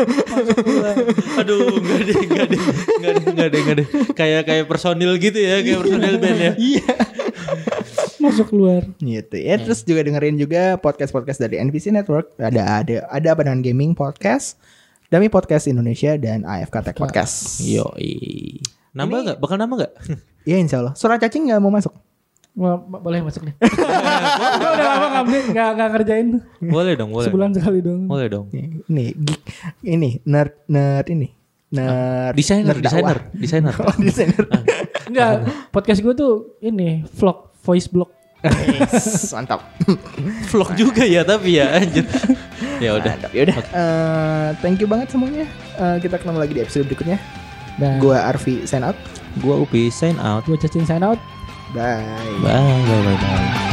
Aduh nggak deh kayak personil gitu ya kayak personil band ya. Iya. Masuk keluar gitu ya. Terus juga dengerin juga podcast dari NPC Network. Ada apa dengan gaming podcast, Dami Podcast Indonesia dan AFK Tech Podcast. Yoi. Nambah nggak? Bakal nambah nggak? Iya insya Allah. Suara cacing nggak mau masuk? Boleh masuk nih. Gue udah lama nggak ngerjain. Boleh dong. Sebulan sekali dong. Boleh dong. Ini nerd ini. Nerd. Desainer. Oh, desainer. Enggak, podcast gue tuh ini voice blog. Mantap. Vlog juga ya tapi ya anjir. Ya udah. Ya udah. Thank you banget semuanya. Kita ketemu lagi di episode berikutnya. Dan Gua Arfi sign out. Gua Upi sign out. Gue Cacing sign out. Bye. Bye.